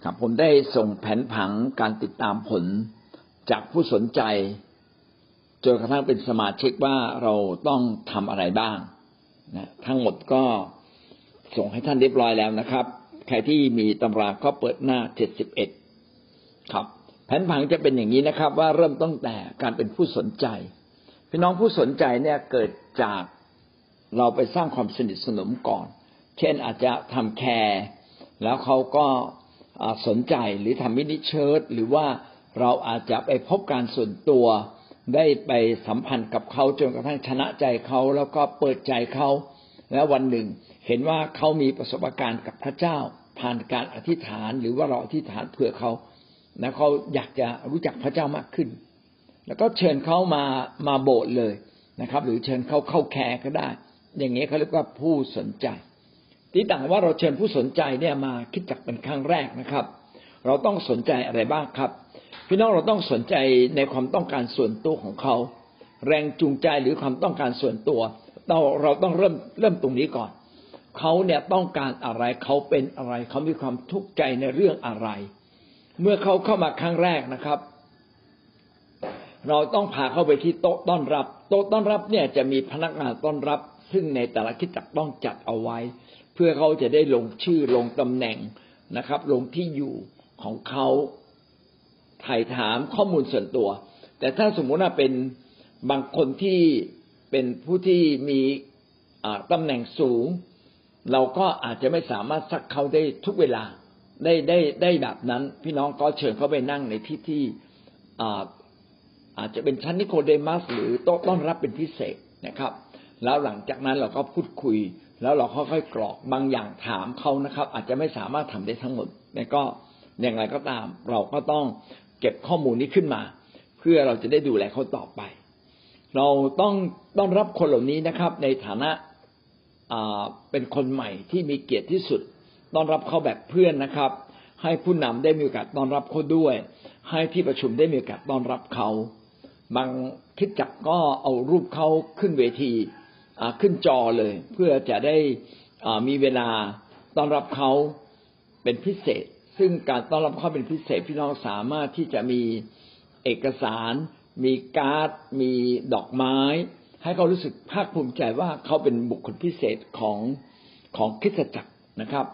ครับผมได้ส่งแผนผังการติดตามผลจากผู้สนใจจนกระทั่งเป็นสมาชิกว่าเราต้องทำอะไรบ้างนะทั้งหมดก็ส่งให้ท่านเรียบร้อยแล้วนะครับใครที่มีตำราก็เปิดหน้า71ครับแผนผังจะเป็นอย่างนี้นะครับว่าเริ่มตั้งแต่การเป็นผู้สนใจพี่น้องผู้สนใจเนี่ยเกิดจากเราไปสร้างความสนิทสนมก่อนเช่นอาจจะทำแคร์แล้วเขาก็สนใจหรือทำมินิเชิร์ตหรือว่าเราอาจจะไปพบการส่วนตัวได้ไปสัมพันธ์กับเขาจนกระทั่งชนะใจเขาแล้วก็เปิดใจเขาแล้ววันหนึ่งเห็นว่าเขามีประสบการณ์กับพระเจ้าผ่านการอธิษฐานหรือว่าเราอธิษฐานเผื่อเขาแล้วเขาอยากจะรู้จักพระเจ้ามากขึ้นแล้วก็เชิญเขามาโบสถ์เลยนะครับหรือเชิญเขาเข้าแคร์ก็ได้อย่างนี้เขาเรียกว่าผู้สนใจที่ต่างว่าเราเชิญผู้สนใจเนี่ยมาคิดจักเป็นครั้งแรกนะครับเราต้องสนใจอะไรบ้างครับพี่น้องเราต้องสนใจในความต้องการส่วนตัวของเขาแรงจูงใจหรือความต้องการส่วนตัวเราต้องเริ่มตรงนี้ก่อนเขาเนี่ยต้องการอะไรเขาเป็นอะไรเขามีความทุกข์ใจในเรื่องอะไรเมื่อเขาเข้ามาครั้งแรกนะครับเราต้องพาเขาไปที่โต๊ะต้อนรับโต๊ะต้อนรับเนี่ยจะมีพนักงานต้อนรับซึ่งในแต่ละคริสตจักรต้องจัดเอาไว้เพื่อเขาจะได้ลงชื่อลงตำแหน่งนะครับลงที่อยู่ของเขาถ่ายถามข้อมูลส่วนตัวแต่ถ้าสมมุติว่าเป็นบางคนที่เป็นผู้ที่มีตำแหน่งสูงเราก็อาจจะไม่สามารถซักเขาได้ทุกเวลาได้แบบนั้นพี่น้องก็เชิญเขาไปนั่งในที่ที่อาจจะเป็นชั้นนิโคเดมัสหรือโต๊ะต้อนรับเป็นพิเศษนะครับแล้วหลังจากนั้นเราก็พูดคุยแล้วเราค่อยๆกรอกบางอย่างถามเขานะครับอาจจะไม่สามารถทำได้ทั้งหมดแต่ก็อย่างไรก็ตามเราก็ต้องเก็บข้อมูลนี้ขึ้นมาเพื่อเราจะได้ดูแลเขาต่อไปเราต้องต้อนรับคนเหล่านี้นะครับในฐานะเป็นคนใหม่ที่มีเกียรติที่สุดต้อนรับเขาแบบเพื่อนนะครับให้ผู้นำได้มีโอกาสต้อนรับเขาด้วยให้ที่ประชุมได้มีโอกาสต้อนรับเขาบางคริสตจักรก็เอารูปเขาขึ้นเวทีขึ้นจอเลยเพื่อจะได้มีเวลาต้อนรับเขาเป็นพิเศษซึ่งการต้อนรับเขาเป็นพิเศษพี่น้องสามารถที่จะมีเอกสารมีการ์ดมีดอกไม้ให้เขารู้สึกภาคภูมิใจว่าเขาเป็นบุคคลพิเศษของคริสตจักรนะครับ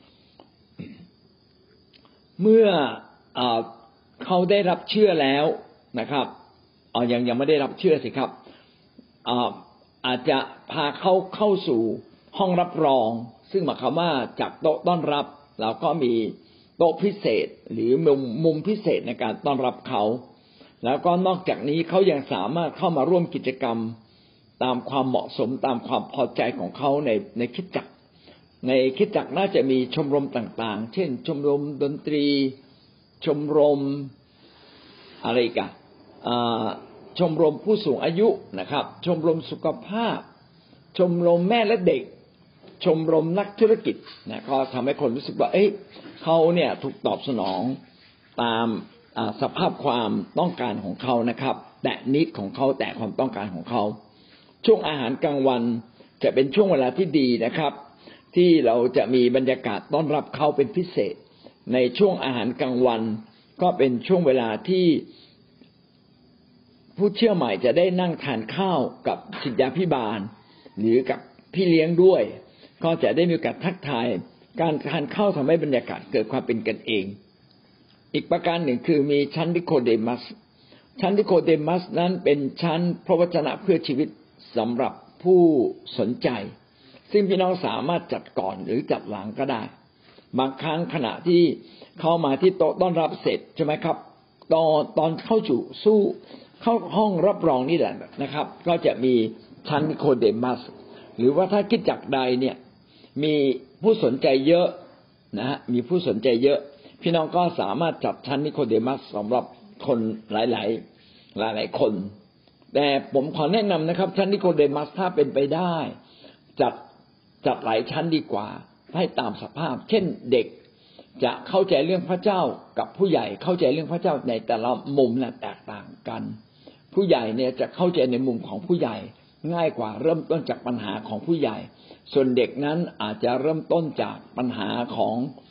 เมื่อเขาได้รับเชื่อแล้วนะครับยังไม่ได้รับเชื่อสิครับอาจจะพาเขาเข้าสู่ห้องรับรองซึ่งหมายความว่าจากโต๊ะต้อนรับเราก็มีโต๊ะพิเศษหรือมุมพิเศษในการต้อนรับเขาแล้วก็นอกจากนี้เขายังสามารถเข้ามาร่วมกิจกรรมตามความเหมาะสมตามความพอใจของเขาในคริสตจักรในคริสตจักรน่าจะมีชมรมต่างๆเช่นชมรมดนตรีชมรมอะไรกันชมรมผู้สูงอายุนะครับชมรมสุขภาพชมรมแม่และเด็กชมรมนักธุรกิจนะก็ทำให้คนรู้สึกว่าเขาเนี่ยถูกตอบสนองตามสภาพความต้องการของเขานะครับแต่นิดของเขาแต่ความต้องการของเขาช่วงอาหารกลางวันจะเป็นช่วงเวลาที่ดีนะครับที่เราจะมีบรรยากาศต้อนรับเขาเป็นพิเศษในช่วงอาหารกลางวันก็เป็นช่วงเวลาที่ผู้เชื่อใหม่จะได้นั่งทานข้าวกับศิษยาภิบาลหรือกับพี่เลี้ยงด้วยก็จะได้มีโอกาสทักทายการทานข้าวทำให้บรรยากาศเกิดความเป็นกันเองอีกประการหนึ่งคือมีชั้นนิโคเดมัสชั้นนิโคเดมัสนั้นเป็นชั้นพระวจนะเพื่อชีวิตสำหรับผู้สนใจซึ่งพี่น้องสามารถจัดก่อนหรือจัดหลังก็ได้บางครั้งขณะที่เข้ามาที่โต๊ะต้อนรับเสร็จใช่ไหมครับตอนเข้าห้องรับรองนี่แหละนะครับก็จะมีชั้นนิโคเดมัสหรือว่าถ้าคริสตจักรใดเนี่ยมีผู้สนใจเยอะนะฮะมีผู้สนใจเยอะพี่น้องก็สามารถจัดชั้นนิโคเดมัสสำหรับคนหลายคนแต่ผมขอแนะนำนะครับชั้นนิโคเดมัสถ้าเป็นไปได้จัดหลายชั้นดีกว่าให้ตามสภาพเช่นเด็กจะเข้าใจเรื่องพระเจ้ากับผู้ใหญ่เข้าใจเรื่องพระเจ้าในแต่ละมุมน่ะแตกต่างกันผู้ใหญ่เนี่ยจะเข้าใจในมุมของผู้ใหญ่ง่ายกว่าเริ่มต้นจากปัญหาของผู้ใหญ่ส่วนเด็กนั้นอาจจะเริ่มต้นจากปัญหาของ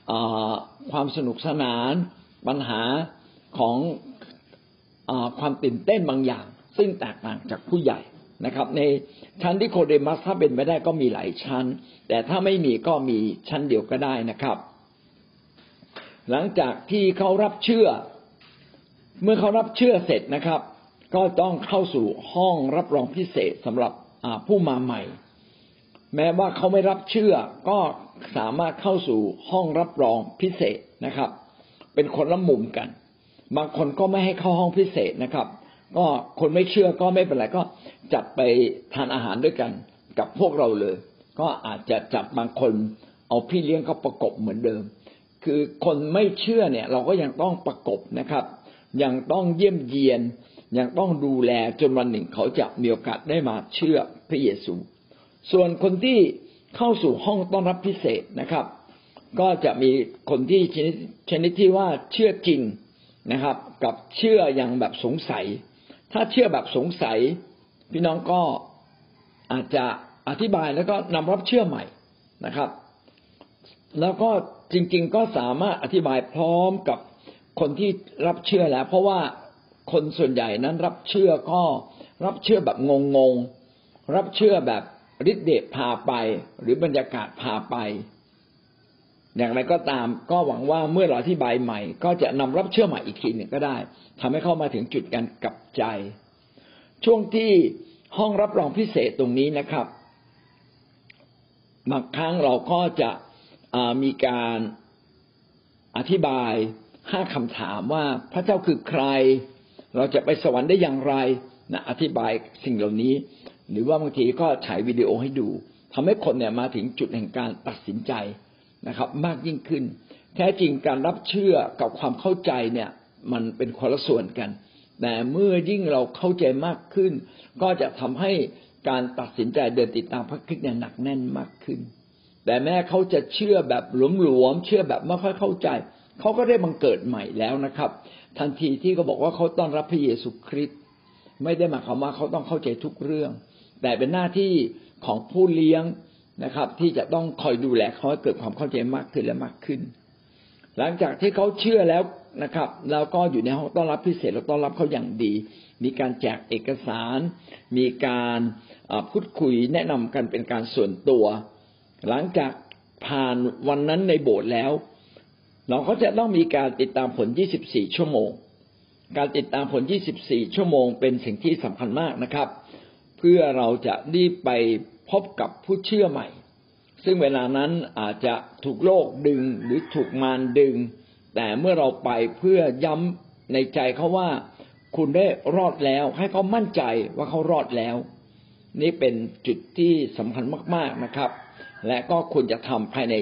ความสนุกสนานปัญหาของความตื่นเต้นบางอย่างซึ่งแตกต่างจากผู้ใหญ่นะครับในชั้นนิโคเดมัสถ้าเป็นไปได้ก็มีหลายชั้นแต่ถ้าไม่มีก็มีชั้นเดียวก็ได้นะครับหลังจากที่เขารับเชื่อเมื่อเขารับเชื่อเสร็จนะครับก็ต้องเข้าสู่ห้องรับรองพิเศษสำหรับผู้มาใหม่แม้ว่าเขาไม่รับเชื่อก็สามารถเข้าสู่ห้องรับรองพิเศษนะครับเป็นคนละมุมกันบางคนก็ไม่ให้เข้าห้องพิเศษนะครับก็คนไม่เชื่อก็ไม่เป็นไรก็จัดไปทานอาหารด้วยกันกับพวกเราเลยก็อาจจะจับบางคนเอาพี่เลี้ยงเขาประกบเหมือนเดิมคือคนไม่เชื่อเนี่ยเราก็ยังต้องประกบนะครับยังต้องเยี่ยมเยียนยังต้องดูแลจนวันหนึ่งเขาจะมีโอกาสได้มาเชื่อพระเยซูส่วนคนที่เข้าสู่ห้องต้อนรับพิเศษนะครับก็จะมีคนที่ชนิดที่ว่าเชื่อจริงนะครับกับเชื่ออย่างแบบสงสัยถ้าเชื่อแบบสงสัยพี่น้องก็อาจจะอธิบายแล้วก็นำรับเชื่อใหม่นะครับแล้วก็จริงๆก็สามารถอธิบายพร้อมกับคนที่รับเชื่อแล้วเพราะว่าคนส่วนใหญ่นั้นรับเชื่อก็รับเชื่อแบบงงๆรับเชื่อแบบฤทธิ์เดชพาไปหรือบรรยากาศพาไปอย่างไรก็ตามก็หวังว่าเมื่อเราอธิบายใหม่ก็จะนำรับเชื่อใหม่อีกทีหนึ่งก็ได้ทำให้เข้ามาถึงจุดการกลับใจช่วงที่ห้องรับรองพิเศษตรงนี้นะครับบางครั้งเราก็จะมีการอธิบาย5คำถามว่าพระเจ้าคือใครเราจะไปสวรรค์ได้อย่างไรนะอธิบายสิ่งเหล่านี้หรือว่าบางทีก็ฉายวิดีโอให้ดูทำให้คนเนี่ยมาถึงจุดแห่งการตัดสินใจนะครับมากยิ่งขึ้นแท้จริงการรับเชื่อกับความเข้าใจเนี่ยมันเป็นคนละส่วนกันแต่เมื่อยิ่งเราเข้าใจมากขึ้นก็จะทำให้การตัดสินใจเดินติดตามพระคริสต์เนี่ยหนักแน่นมากขึ้นแต่แม้เขาจะเชื่อแบบหลวมๆเชื่อแบบไม่ค่อยเข้าใจเขาก็ได้บังเกิดใหม่แล้วนะครับทันทีที่เขาบอกว่าเขาต้อนรับพระเยซูคริสต์ไม่ได้หมายความว่าเขาต้องเข้าใจทุกเรื่องแต่เป็นหน้าที่ของผู้เลี้ยงนะครับที่จะต้องคอยดูแลเขาให้เกิดความเข้าใจมากขึ้นและมากขึ้นหลังจากที่เขาเชื่อแล้วนะครับแล้วก็อยู่ในห้องต้อนรับพิเศษเราต้อนรับเขาอย่างดีมีการแจกเอกสารมีการพูดคุยแนะนำกันเป็นการส่วนตัวหลังจากผ่านวันนั้นในโบสถ์แล้วเราก็จะต้องมีการติดตามผล24ชั่วโมงการติดตามผล24ชั่วโมงเป็นสิ่งที่สำคัญมากนะครับเพื่อเราจะรีบไปพบกับผู้เชื่อใหม่ซึ่งเวลานั้นอาจจะถูกโลกดึงหรือถูกมารดึงแต่เมื่อเราไปเพื่อย้ำในใจเขาว่าคุณได้รอดแล้วให้เขามั่นใจว่าเขารอดแล้วนี่เป็นจุดที่สำคัญมากๆนะครับและก็ควรจะทำภายใน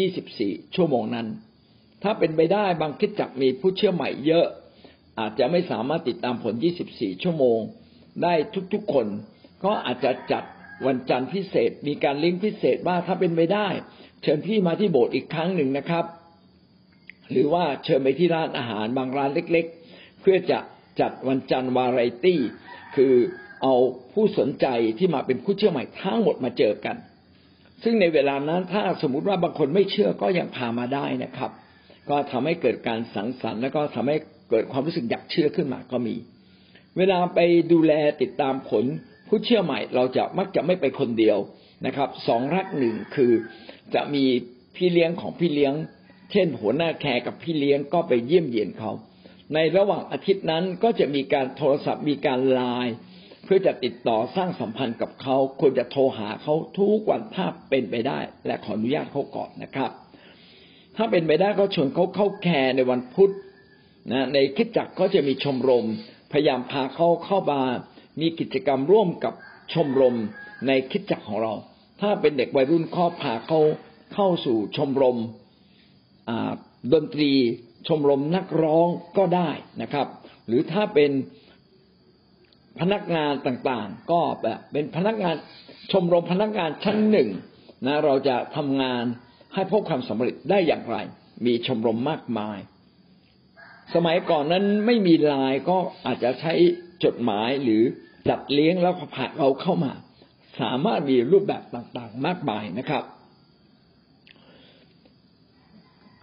24ชั่วโมงนั้นถ้าเป็นไปได้บางคริสตจักรมีผู้เชื่อใหม่เยอะอาจจะไม่สามารถติดตามผล24ชั่วโมงได้ทุกๆคนก็อาจจะจัดวันจันทร์พิเศษมีการลิงก์พิเศษว่าถ้าเป็นไปได้เชิญพี่มาที่โบสถ์อีกครั้งหนึ่งนะครับหรือว่าเชิญไปที่ร้านอาหารบางร้านเล็กๆเพื่อจะจัดวันจันทร์วาไรตี้คือเอาผู้สนใจที่มาเป็นผู้เชื่อใหม่ทั้งหมดมาเจอกันซึ่งในเวลานั้นถ้าสมมุติว่าบางคนไม่เชื่อก็ยังพามาได้นะครับก็ทำให้เกิดการสังสรรค์แล้วก็ทำให้เกิดความรู้สึกอยากเชื่อขึ้นมาก็มีเวลาไปดูแลติดตามผลผู้เชื่อใหม่เราจะมักจะไม่ไปคนเดียวนะครับ2-1คือจะมีพี่เลี้ยงของพี่เลี้ยงเช่นหัวหน้าแคร์กับพี่เลี้ยงก็ไปเยี่ยมเยียนเขาในระหว่างอาทิตย์นั้นก็จะมีการโทรศัพท์มีการไลน์เพื่อจะติดต่อสร้างสัมพันธ์กับเขาควรจะโทรหาเขาทุกวันถ้าเป็นไปได้และขออนุญาตเขาก่อนนะครับถ้าเป็นไปได้ก็ชวนเขาเข้าแคร์ในวันพุธนะในคริสตจักรก็จะมีชมรมพยายามพาเขาเข้ามามีกิจกรรมร่วมกับชมรมในคริสตจักรของเราถ้าเป็นเด็กวัยรุ่นก็พาเขาเข้าสู่ชมรมดนตรีชมรมนักร้องก็ได้นะครับหรือถ้าเป็นพนักงานต่างๆก็แบบเป็นพนักงานชมรมพนักงานชั้นหนึ่งนะเราจะทำงานให้พบความสำเร็จได้อย่างไรมีชมรมมากมายสมัยก่อนนั้นไม่มีไลน์ก็อาจจะใช้จดหมายหรือจัดเลี้ยงแล้วพาเราเข้ามาสามารถมีรูปแบบต่างๆมากมายนะครับ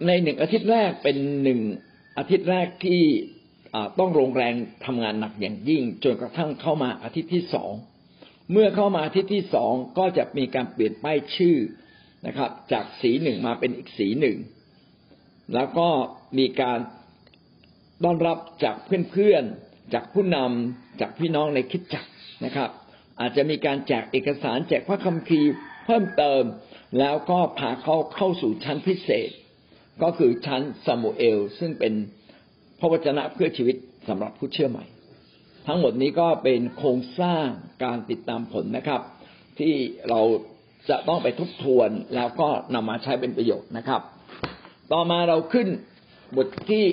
ใน1 อาทิตย์แรกเป็น1 อาทิตย์แรกที่ต้องลงแรงทำงานหนักอย่างยิ่งจนกระทั่งเข้ามาอาทิตย์ที่2เมื่อเข้ามาอาทิตย์ที่2ก็จะมีการเปลี่ยนป้ายชื่อนะครับจากสีหนึ่งมาเป็นอีกสีหนึ่งแล้วก็มีการต้อนรับจากเพื่อนๆจากผู้นำจากพี่น้องในคริสตจักรนะครับอาจจะมีการแจกเอกสารแจกพระคัมภีร์เพิ่มเติมแล้วก็พาเขาเข้าสู่ชั้นพิเศษก็คือชั้นซามูเอลซึ่งเป็นพระวจนะเพื่อชีวิตสำหรับผู้เชื่อใหม่ทั้งหมดนี้ก็เป็นโครงสร้างการติดตามผลนะครับที่เราจะต้องไปทบทวนแล้วก็นำมาใช้เป็นประโยชน์นะครับต่อมาเราขึ้นบทที่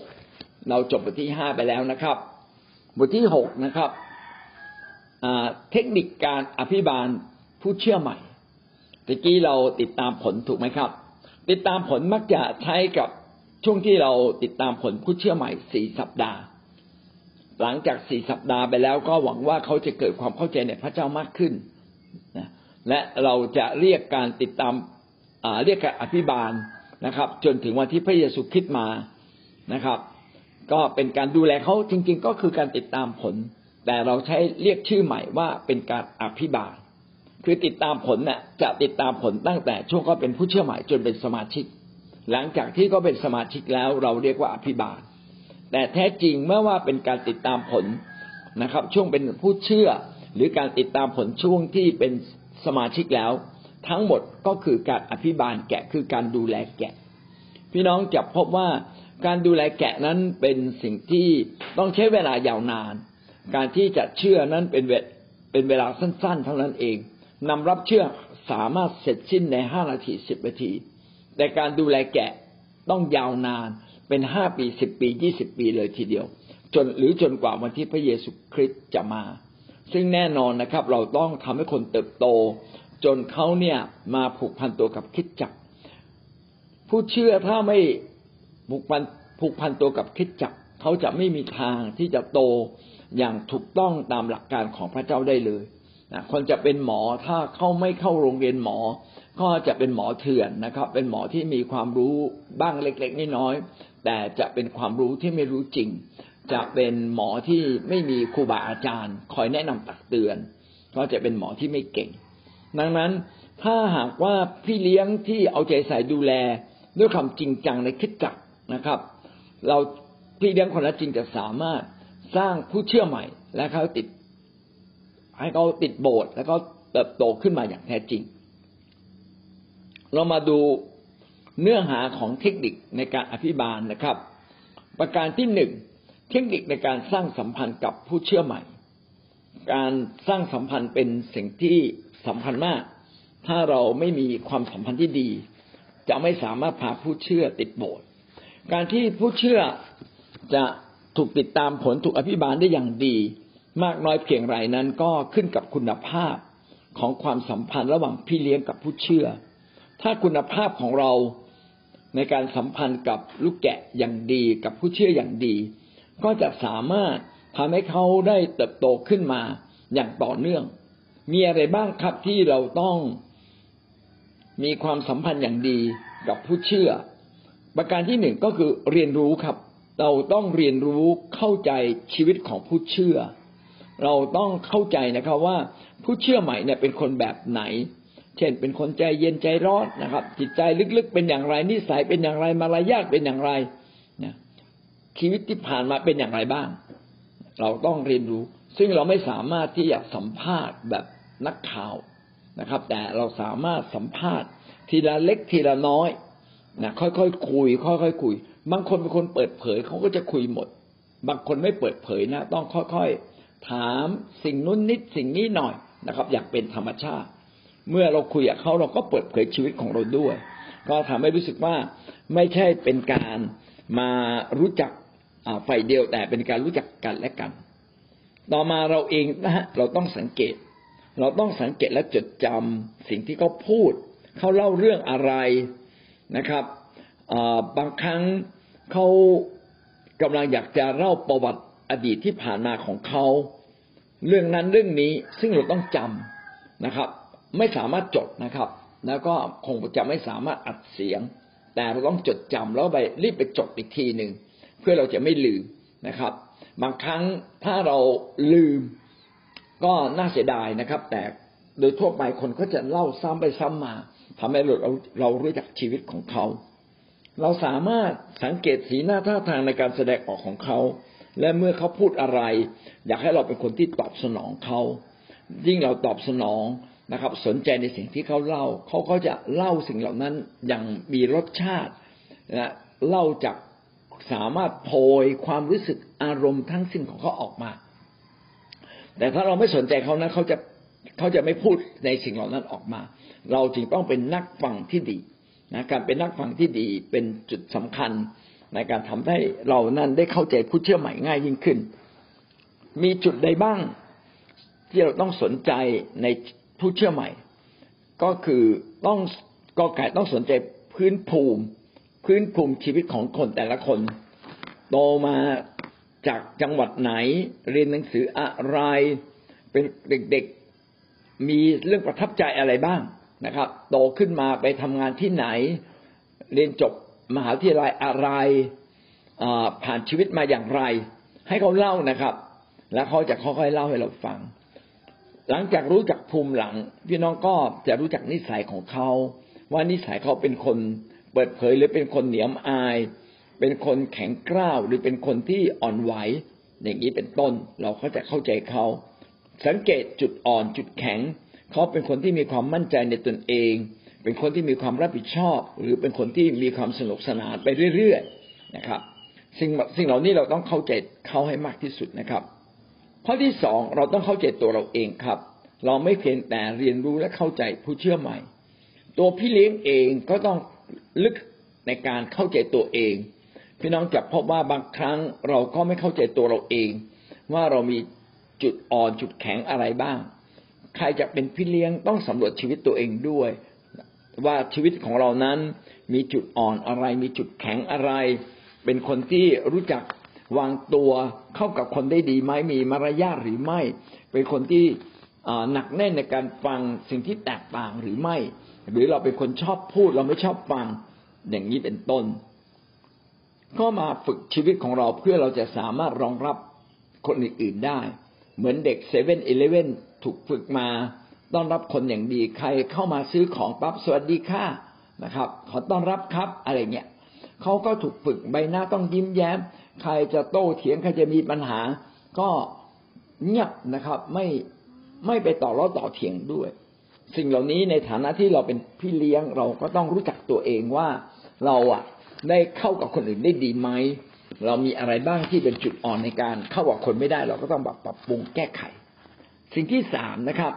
6เราจบบทที่5ไปแล้วนะครับบทที่6นะครับเทคนิคการอภิบาลผู้เชื่อใหม่ตะกี้เราติดตามผลถูกไหมครับติดตามผลมักจะใช้กับช่วงที่เราติดตามผลผู้เชื่อใหม่4 สัปดาห์หลังจาก4 สัปดาห์ไปแล้วก็หวังว่าเขาจะเกิดความเข้าใจในพระเจ้ามากขึ้นนะและเราจะเรียกการติดตามเรียกการอภิบาลนะครับจนถึงวันที่พระเยซูคริสต์มานะครับก็เป็นการดูแลเขาจริงๆก็คือการติดตามผลแต่เราใช้เรียกชื่อใหม่ว่าเป็นการอภิบาลคือติดตามผลเนี่ยจะติดตามผลตั้งแต่ช่วงเขาเป็นผู้เชื่อใหม่จนเป็นสมาชิกหลังจากที่เขาเป็นสมาชิกแล้วเราเรียกว่าอภิบาลแต่แท้จริงเมื่อว่าเป็นการติดตามผลนะครับช่วงเป็นผู้เชื่อหรือการติดตามผลช่วงที่เป็นสมาชิกแล้วทั้งหมดก็คือการอภิบาลแกะคือการดูแลแกะพี่น้องจะพบว่าการดูแลแกะนั้นเป็นสิ่งที่ต้องใช้เวลายาวนานการที่จะเชื่อนั้นเป็นเวลาสั้นๆเท่านั้นเองนำรับเชื่อสามารถเสร็จสิ้นใน5 นาที10 นาทีแต่การดูแลแกะต้องยาวนานเป็น5 ปี10 ปี20 ปีเลยทีเดียวจนกว่าวันที่พระเยซูคริสต์จะมาซึ่งแน่นอนนะครับเราต้องทำให้คนเติบโตจนเขาเนี่ยมาผูกพันตัวกับคริสตจักรผู้เชื่อถ้าไม่ผูกพันตัวกับคริสตจักรเขาจะไม่มีทางที่จะโตอย่างถูกต้องตามหลักการของพระเจ้าได้เลยนะคนจะเป็นหมอถ้าเขาไม่เข้าโรงเรียนหมอก็จะเป็นหมอเถื่อนนะครับเป็นหมอที่มีความรู้บ้างเล็กๆน้อยๆแต่จะเป็นความรู้ที่ไม่รู้จริงจะเป็นหมอที่ไม่มีครูบาอาจารย์คอยแนะนำตักเตือนก็จะเป็นหมอที่ไม่เก่งดังนั้นถ้าหากว่าพี่เลี้ยงที่เอาใจใส่ดูแลด้วยความจริงจังในคริสตจักรนะครับพี่เลี้ยงคนนั้นจริงจะสามารถสร้างผู้เชื่อใหม่และให้เขาติดโบสถ์แล้วก็เติบโตขึ้นมาอย่างแท้จริงเรามาดูเนื้อหาของเทคนิคในการอภิบาลนะครับประการที่1เทคนิคในการสร้างสัมพันธ์กับผู้เชื่อใหม่การสร้างสัมพันธ์เป็นสิ่งที่สำคัญมากถ้าเราไม่มีความสัมพันธ์ที่ดีจะไม่สามารถพาผู้เชื่อติดโบสถ์การที่ผู้เชื่อจะถูกติดตามผลถูกอภิบาลได้อย่างดีมากน้อยเพียงไรนั้นก็ขึ้นกับคุณภาพของความสัมพันธ์ระหว่างพี่เลี้ยงกับผู้เชื่อถ้าคุณภาพของเราในการสัมพันธ์กับลูกแกะอย่างดีกับผู้เชื่ออย่างดีก็จะสามารถทำให้เขาได้เติบโตขึ้นมาอย่างต่อเนื่องมีอะไรบ้างครับที่เราต้องมีความสัมพันธ์อย่างดีกับผู้เชื่อประการที่1ก็คือเรียนรู้ครับเราต้องเรียนรู้เข้าใจชีวิตของผู้เชื่อเราต้องเข้าใจนะครับว่าผู้เชื่อใหม่เนี่ยเป็นคนแบบไหนเช่นเป็นคนใจเย็นใจร้อนนะครับจิตใจลึกๆเป็นอย่างไรนิสัยเป็นอย่างไรมารยาทเป็นอย่างไรนะชีวิตที่ผ่านมาเป็นอย่างไรบ้างเราต้องเรียนรู้ซึ่งเราไม่สามารถที่จะสัมภาษณ์แบบนักข่าวนะครับแต่เราสามารถสัมภาษณ์ทีละเล็กทีละน้อยนะค่อยๆคุยค่อยๆคุยบางคนเป็นคนเปิดเผยเขาก็จะคุยหมดบางคนไม่เปิดเผยนะต้องค่อยๆถามสิ่งนู้นนิดสิ่งนี้หน่อยนะครับอยากเป็นธรรมชาติเมื่อเราคุยกับเขาเราก็เปิดเผยชีวิตของเราด้วยก็ทำให้รู้สึกว่าไม่ใช่เป็นการมารู้จักฝ่ายเดียวแต่เป็นการรู้จักกันและกันต่อมาเราเองนะฮะเราต้องสังเกตและจดจำสิ่งที่เขาพูดเขาเล่าเรื่องอะไรนะครับบางครั้งเขากำลังอยากจะเล่าประวัติอดีตที่ผ่านมาของเขาเรื่องนั้นเรื่องนี้ซึ่งเราต้องจำนะครับไม่สามารถจดนะครับแล้วก็คงจะไม่สามารถอัดเสียงแต่เราต้องจดจำแล้วรีบไปจดอีกทีหนึ่งเพื่อเราจะไม่ลืมนะครับบางครั้งถ้าเราลืมก็น่าเสียดายนะครับแต่โดยทั่วไปคนก็จะเล่าซ้ำไปซ้ำมาทำให้เรารู้จักชีวิตของเขาเราสามารถสังเกตสีหน้าท่าทางในการแสดงออกของเขาและเมื่อเขาพูดอะไรอยากให้เราเป็นคนที่ตอบสนองเขายิ่งเราตอบสนองนะครับสนใจในสิ่งที่เขาเล่าเขาก็จะเล่าสิ่งเหล่านั้นอย่างมีรสชาตินะเล่าจากสามารถโพยความรู้สึกอารมณ์ทั้งสิ้นของเขาออกมาแต่ถ้าเราไม่สนใจเขานะเขาจะไม่พูดในสิ่งเหล่านั้นออกมาเราจึงต้องเป็นนักฟังที่ดีนะการเป็นนักฟังที่ดีเป็นจุดสำคัญในการทำให้เรานั้นได้เข้าใจผู้เชื่อใหม่ง่ายยิ่งขึ้นมีจุดใดบ้างที่เราต้องสนใจในผู้เชื่อใหม่ก็คือต้องสนใจพื้นภูมิชีวิตของคนแต่ละคนโตมาจากจังหวัดไหนเรียนหนังสืออะไรเป็นเด็กๆมีเรื่องประทับใจอะไรบ้างนะครับโตขึ้นมาไปทำงานที่ไหนเรียนจบมหาวิทยาลัยอะไรผ่านชีวิตมาอย่างไรให้เขาเล่านะครับแล้วเขาจะค่อยๆเล่าให้เราฟังหลังจากรู้จักภูมิหลังพี่น้องก็จะรู้จักนิสัยของเขาว่านิสัยเขาเป็นคนเปิดเผยหรือเป็นคนเหนียมอายเป็นคนแข็งกร้าวหรือเป็นคนที่อ่อนไหวอย่างนี้เป็นต้นเราก็จะเข้าใจเขาสังเกตจุดอ่อนจุดแข็งเขาเป็นคนที่มีความมั่นใจในตนเองเป็นคนที่มีความรับผิดชอบหรือเป็นคนที่มีความสนุกสนานไปเรื่อยๆนะครับสิ่งเหล่านี้เราต้องเข้าใจเขาให้มากที่สุดนะครับข้อที่สองเราต้องเข้าใจตัวเราเองครับเราไม่เพียงแต่เรียนรู้และเข้าใจผู้เชื่อใหม่ตัวพี่เลี้ยงเองก็ต้องลึกในการเข้าใจตัวเองพี่น้องจะพบว่าบางครั้งเราก็ไม่เข้าใจตัวเราเองว่าเรามีจุดอ่อนจุดแข็งอะไรบ้างใครจะเป็นพี่เลี้ยงต้องสำรวจชีวิตตัวเองด้วยว่าชีวิตของเรานั้นมีจุดอ่อนอะไรมีจุดแข็งอะไรเป็นคนที่รู้จักวางตัวเข้ากับคนได้ดีไหมมีมารยาทหรือไม่เป็นคนที่หนักแน่นในการฟังสิ่งที่แตกต่างหรือไม่หรือเราเป็นคนชอบพูดเราไม่ชอบฟังอย่างนี้เป็นต้นก็มาฝึกชีวิตของเราเพื่อเราจะสามารถรองรับคนอื่นๆได้เหมือนเด็ก7-11ถูกฝึกมาต้อนรับคนอย่างดีใครเข้ามาซื้อของปั๊บสวัสดีค่ะนะครับขอต้อนรับครับอะไรเงี้ยเขาก็ถูกฝึกใบหน้าต้องยิ้มแย้มใครจะโต้เถียงใครจะมีปัญหาก็เงียบนะครับไม่ไปต่อล้อต่อเถียงด้วยสิ่งเหล่านี้ในฐานะที่เราเป็นพี่เลี้ยงเราก็ต้องรู้จักตัวเองว่าเราได้เข้ากับคนอื่นได้ดีไหมเรามีอะไรบ้างที่เป็นจุดอ่อนในการเข้ากับคนไม่ได้เราก็ต้องปรับปรุงแก้ไขสิ่งที่สามนะครับ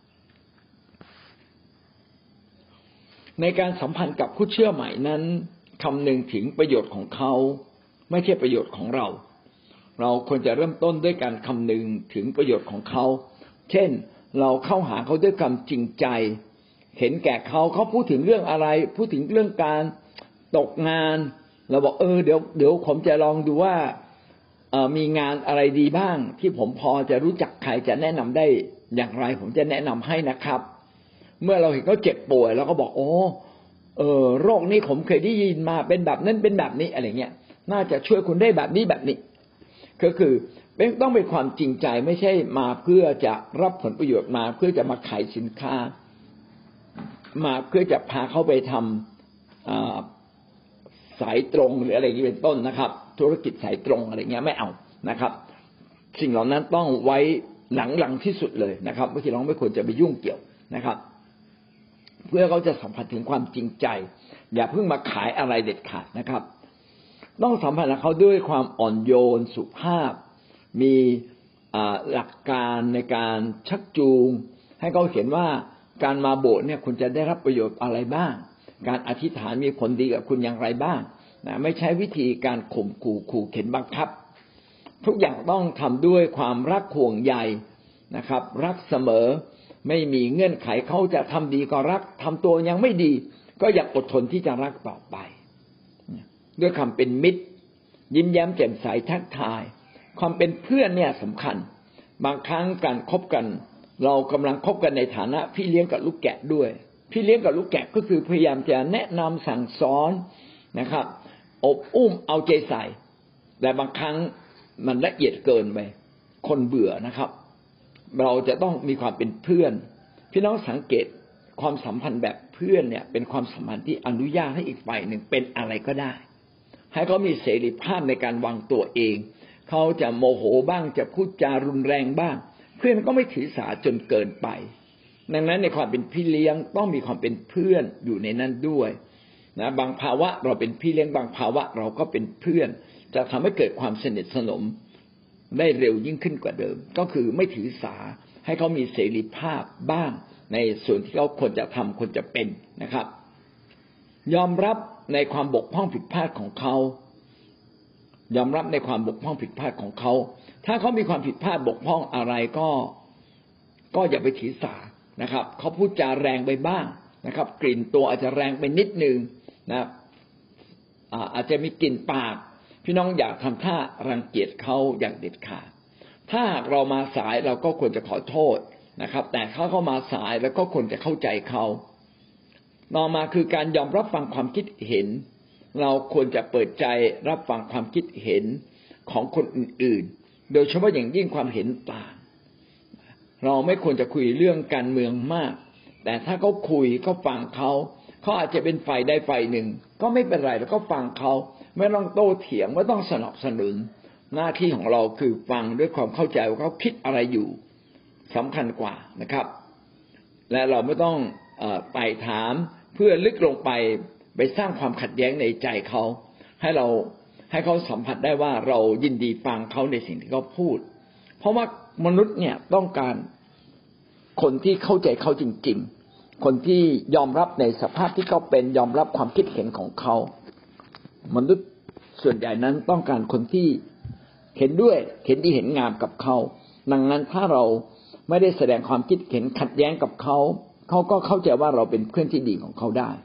ในการสัมพันธ์กับผู้เชื่อใหม่นั้นคำนึงถึงประโยชน์ของเขาไม่ใช่ประโยชน์ของเราควรจะเริ่มต้นด้วยการคำนึงถึงประโยชน์ของเขาเช่นเราเข้าหาเขาด้วยความจริงใจเห็นแก่เขาพูดถึงเรื่องอะไรพูดถึงเรื่องการตกงานเราบอกเดี๋ยวผมจะลองดูว่ามีงานอะไรดีบ้างที่ผมพอจะรู้จักใครจะแนะนำได้อย่างไรผมจะแนะนำให้นะครับเมื่อเราเห็นเขาเจ็บป่วยเราก็บอกโรคนี้ผมเคยได้ยินมาเป็นแบบนั้นเป็นแบบนี้อะไรเงี้ยน่าจะช่วยคุณได้แบบนี้ก็คือต้องเป็นความจริงใจไม่ใช่มาเพื่อจะรับผลประโยชน์มาเพื่อจะมาขายสินค้ามาเพื่อจะพาเขาไปทำสายตรงหรืออะไรอย่างนี้เป็นต้นนะครับธุรกิจสายตรงอะไรเงี้ยไม่เอานะครับสิ่งเหล่านั้นต้องไว้หลังที่สุดเลยนะครับพี่น้องไม่ควรจะไปยุ่งเกี่ยวนะครับเพื่อเขาจะสัมผัสถึงความจริงใจอย่าเพิ่งมาขายอะไรเด็ดขาดนะครับต้องสัมผัสกับเขาด้วยความอ่อนโยนสุภาพมีหลักการในการชักจูงให้เขาเห็นว่าการมาโบสถ์เนี่ยคุณจะได้รับประโยชน์อะไรบ้างการอธิษฐานมีผลดีกับคุณอย่างไรบ้างนะไม่ใช้วิธีการข่มขู่เข็นบังคับทุกอย่างต้องทำด้วยความรักห่วงใยนะครับรักเสมอไม่มีเงื่อนไขเขาจะทำดีก็รักทำตัวยังไม่ดีก็อยากอดทนที่จะรักต่อไปด้วยคำเป็นมิตรยิ้มแย้มแจ่มใสทักทายความเป็นเพื่อนเนี่ยสำคัญบางครั้งการคบกันเรากำลังคบกันในฐานะพี่เลี้ยงกับลูกแกะด้วยพี่เลี้ยงกับลูกแกะก็คือพยายามจะแนะนำสั่งสอนนะครับอบอุ้มเอาใจใส่แต่บางครั้งมันละเอียดเกินไปคนเบื่อนะครับเราจะต้องมีความเป็นเพื่อนพี่น้องสังเกตความสัมพันธ์แบบเพื่อนเนี่ยเป็นความสัมพันธ์ที่อนุญาตให้อีกฝ่ายหนึ่งเป็นอะไรก็ได้ให้เขามีเสรีภาพในการวางตัวเองเขาจะโมโหบ้างจะพูดจารุนแรงบ้างเพื่อนก็ไม่ถือสาจนเกินไปดังนั้นในความเป็นพี่เลี้ยงต้องมีความเป็นเพื่อนอยู่ในนั้นด้วยนะบางภาวะเราเป็นพี่เลี้ยงบางภาวะเราก็เป็นเพื่อนจะทำให้เกิดความสนิทสนมได้เร็วยิ่งขึ้นกว่าเดิมก็คือไม่ถือสาให้เขามีเสรีภาพบ้างในส่วนที่เขาควรจะทำควรจะเป็นนะครับยอมรับในความบกพร่องผิดพลาดของเขายอมรับในความบกพร่องผิดพลาดของเขาถ้าเขามีความผิดพลาดบกพร่องอะไรก็อย่าไปถือสานะครับเขาพูดจาแรงไปบ้างนะครับกลิ่นตัวอาจจะแรงไปนิดนึงนะอาจจะมีกลิ่นปากพี่น้องอยากทำท่ารังเกียจเขาอย่างเด็ดขาดถ้าหากเรามาสายเราก็ควรจะขอโทษนะครับแต่เขาเข้ามาสายแล้วก็ควรจะเข้าใจเขาต่อมาคือการยอมรับฟังความคิดเห็นเราควรจะเปิดใจรับฟังความคิดเห็นของคนอื่นๆโดยเฉพาะอย่างยิ่งความเห็นต่างเราไม่ควรจะคุยเรื่องการเมืองมากแต่ถ้าเขาคุยก็ฟังเขาอาจจะเป็นฝ่ายใดฝ่ายหนึ่งก็ไม่เป็นไรแล้วก็ฟังเขาไม่ต้องโต้เถียงไม่ต้องสนับสนุนหน้าที่ของเราคือฟังด้วยความเข้าใจว่าเขาคิดอะไรอยู่สำคัญกว่านะครับและเราไม่ต้องไต่ถามเพื่อลึกลงไปสร้างความขัดแย้งในใจเขาให้เขาสัมผัสได้ว่าเรายินดีฟังเขาในสิ่งที่เขาพูดเพราะว่ามนุษย์เนี่ยต้องการคนที่เข้าใจเขาจริงๆคนที่ยอมรับในสภาพที่เขาเป็นยอมรับความคิดเห็นของเขามนุษย์ส่วนใหญ่นั้นต้องการคนที่เห็นด้วยเห็นดีเห็นงามกับเขาดังนั้นถ้าเราไม่ได้แสดงความคิดเห็นขัดแย้งกับเขาก็เข้าใจว่าเราเป็นเพื่อนที่ดีของเขาได้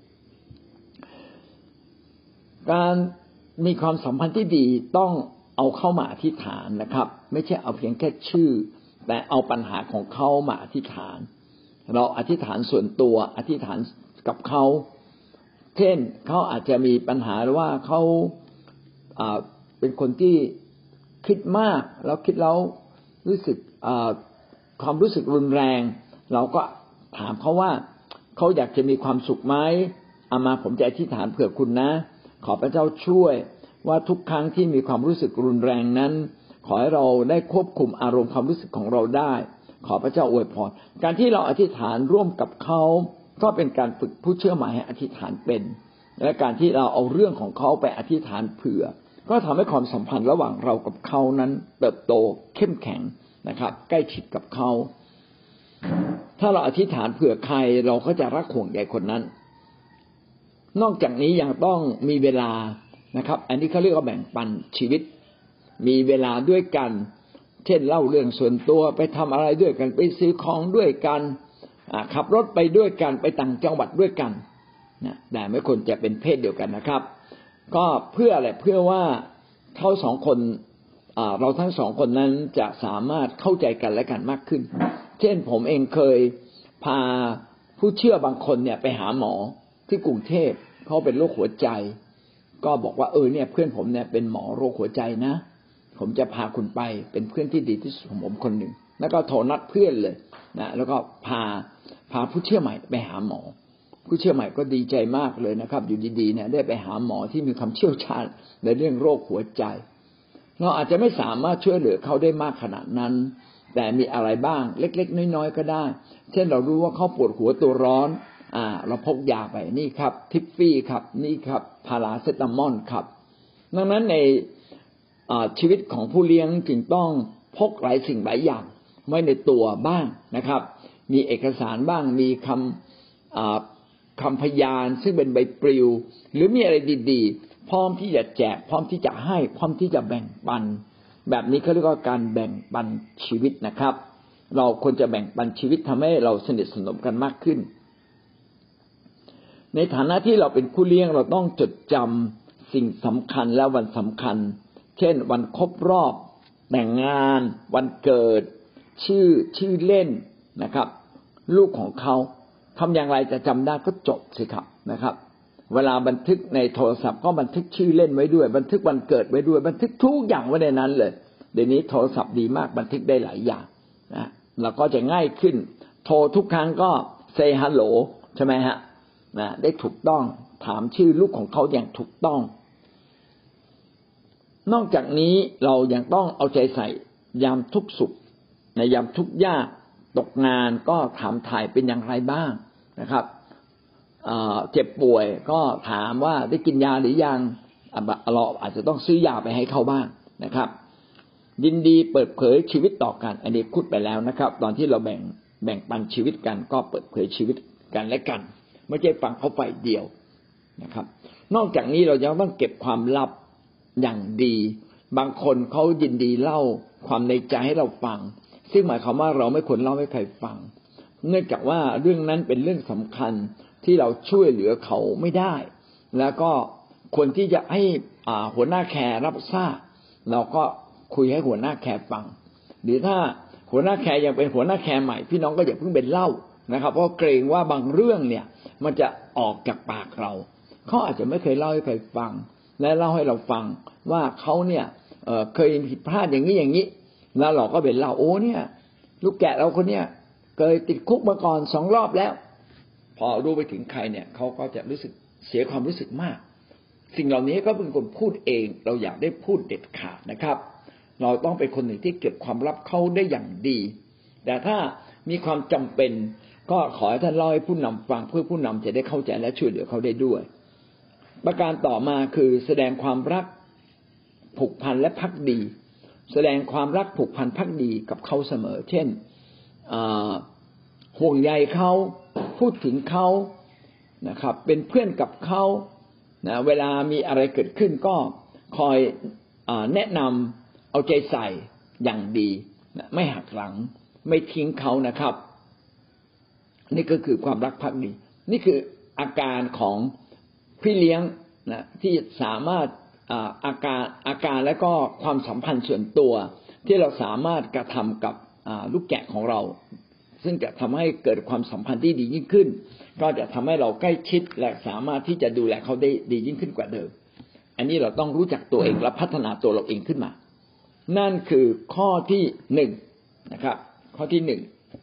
การมีความสัมพันธ์ที่ดีต้องเอาเข้ามาอธิษฐานนะครับไม่ใช่เอาเพียงแค่ชื่อแต่เอาปัญหาของเขามาอธิษฐานเราอธิษฐานส่วนตัวอธิษฐานกับเขาเช่นเขาอาจจะมีปัญหาว่าเขาเป็นคนที่คิดมากแล้วคิดแล้วรู้สึกความรู้สึกรุนแรงเราก็ถามเขาว่าเขาอยากจะมีความสุขไหมมาผมจะอธิษฐานเผื่อคุณนะขอพระเจ้าช่วยว่าทุกครั้งที่มีความรู้สึกรุนแรงนั้นขอให้เราได้ควบคุมอารมณ์ความรู้สึกของเราได้ขอพระเจ้าอวยพรการที่เราอธิษฐานร่วมกับเขาก็เป็นการฝึกผู้เชื่อใหม่ให้อธิษฐานเป็นและการที่เราเอาเรื่องของเขาไปอธิษฐานเผื่อก็ทำให้ความสัมพันธ์ระหว่างเรากับเขานั้นเติบโตเข้มแข็งนะครับใกล้ชิดกับเขาถ้าเราอธิษฐานเผื่อใครเราก็จะรักห่วงใยคนนั้นนอกจากนี้ยังต้องมีเวลานะครับอันนี้เขาเรียกว่าแบ่งปันชีวิตมีเวลาด้วยกันเช่นเล่าเรื่องส่วนตัวไปทำอะไรด้วยกันไปซื้อของด้วยกันขับรถไปด้วยกันไปต่างจังหวัดด้วยกันนะแต่ไม่ควรจะเป็นเพศเดียวกันนะครับก็เพื่ออะไรเพื่อว่าเขาสองคนเราทั้งสองคนนั้นจะสามารถเข้าใจกันและกันมากขึ้นเช่นผมเองเคยพาผู้เชื่อบางคนเนี่ยไปหาหมอที่กรุงเทพเขาเป็นโรคหัวใจก็บอกว่าเนี่ยเพื่อนผมเนี่ยเป็นหมอโรคหัวใจนะผมจะพาคุณไปเป็นเพื่อนที่ดีที่สุดของผมคนหนึ่งแล้วก็โทรนัดเพื่อนเลยนะแล้วก็พาผู้เชื่อใหม่ไปหาหมอผู้เชื่อใหม่ก็ดีใจมากเลยนะครับอยู่ดีๆเนี่ยได้ไปหาหมอที่มีความเชี่ยวชาญในเรื่องโรคหัวใจเราอาจจะไม่สามารถช่วยเหลือเขาได้มากขนาดนั้นแต่มีอะไรบ้างเล็กๆน้อยๆก็ได้เช่นเรารู้ว่าเขาปวดหัวตัวร้อนเราพกยาไปนี่ครับทิฟฟี่ครับนี่ครับพาราเซตามอลครับดังนั้นในชีวิตของผู้เลี้ยงจึงต้องพกหลายสิ่งหลายอย่างไว้ในตัวบ้างนะครับมีเอกสารบ้างมีคำพยานซึ่งเป็นใบปลิวหรือมีอะไรดีๆพร้อมที่จะแจกพร้อมที่จะให้พร้อมที่จะแบ่งปันแบบนี้เขาเรียกว่าการแบ่งปันชีวิตนะครับเราควรจะแบ่งปันชีวิตทำให้เราสนิทสนมกันมากขึ้นในฐานะที่เราเป็นผู้เลี้ยงเราต้องจดจำสิ่งสำคัญและวันสำคัญเช่นวันครบรอบแต่งงานวันเกิดชื่อเล่นนะครับลูกของเขาทำอย่างไรจะจำได้ก็จดสิครับนะครับเวลาบันทึกในโทรศัพท์ก็บันทึกชื่อเล่นไว้ด้วยบันทึกวันเกิดไว้ด้วยบันทึกทุกอย่างไว้ในนั้นเลยเดี๋ยวนี้โทรศัพท์ดีมากบันทึกได้หลายอย่างนะเราก็จะง่ายขึ้นโทรทุกครั้งก็ say hello ใช่ไหมฮะนะได้ถูกต้องถามชื่อลูกของเขาอย่างถูกต้องนอกจากนี้เรายังต้องเอาใจใส่ยามทุกข์สุขในยามทุกข์ยากตกงานก็ถามถ่ายเป็นอย่างไรบ้างนะครับเจ็บป่วยก็ถามว่าได้กินยาหรือยังเราอาจจะต้องซื้อยาไปให้เขาบ้างนะครับยินดีเปิดเผยชีวิตต่อกันอันนี้พูดไปแล้วนะครับตอนที่เราแบ่งปันชีวิตกันก็เปิดเผยชีวิตกันและกันไม่ใช่ฟังเขาฝ่ายเดียวนะครับนอกจากนี้เรายังต้องเก็บความลับอย่างดีบางคนเขายินดีเล่าความในใจให้เราฟังซึ่งหมายความว่าเราไม่ควรเล่าให้ใครฟังเนื่องจากว่าเรื่องนั้นเป็นเรื่องสำคัญที่เราช่วยเหลือเขาไม่ได้แล้วก็ควรที่จะให้หัวหน้าแคร์รับทราบเราก็คุยให้หัวหน้าแคร์ฟังหรือถ้าหัวหน้าแคร์ยังเป็นหัวหน้าแคร์ใหม่พี่น้องก็อย่าเพิ่งเป็นเล่านะครับเพราะเกรงว่าบางเรื่องเนี่ยมันจะออกจากปากเราเขาอาจจะไม่เคยเล่าให้ใครฟังและเล่าให้เราฟังว่าเขาเนี่ยเคยผิดพลาดอย่างนี้อย่างนี้แล้วเราก็เป็นเล่าโอ้เนี่ยลูกแกะเราคนเนี้ยเคยติดคุกมาก่อน2 รอบแล้วพอรู้ไปถึงใครเนี่ยเขาก็จะรู้สึกเสียความรู้สึกมากสิ่งเหล่านี้ก็เป็นคนพูดเองเราอยากได้พูดเด็ดขาดนะครับเราต้องเป็นคนหนึ่งที่เก็บความลับเขาได้อย่างดีแต่ถ้ามีความจำเป็นก็ขอให้ท่านเล่าให้ผู้นำฟังเพื่อผู้นำจะได้เข้าใจและช่วยเหลือเขาได้ด้วยประการต่อมาคือแสดงความรักผูกพันและภักดีแสดงความรักผูกพันภักดีกับเขาเสมอเช่นห่วงใยเขาพูดถึงเขานะครับเป็นเพื่อนกับเขานะเวลามีอะไรเกิดขึ้นก็คอยแนะนำเอาใจใส่อย่างดีนะไม่หักหลังไม่ทิ้งเขานะครับนี่ก็คือความรักภักดีนี่คืออาการของพี่เลี้ยงนะที่สามารถอาการและก็ความสัมพันธ์ส่วนตัวที่เราสามารถกระทำกับลูกแกะของเราซึ่งจะทำให้เกิดความสัมพันธ์ที่ดียิ่งขึ้นก็จะทำให้เราใกล้ชิดและสามารถที่จะดูแลเขาได้ดียิ่งขึ้นกว่าเดิมอันนี้เราต้องรู้จักตัวเองและพัฒนาตัวเราเองขึ้นมานั่นคือข้อที่1นะครับข้อที่1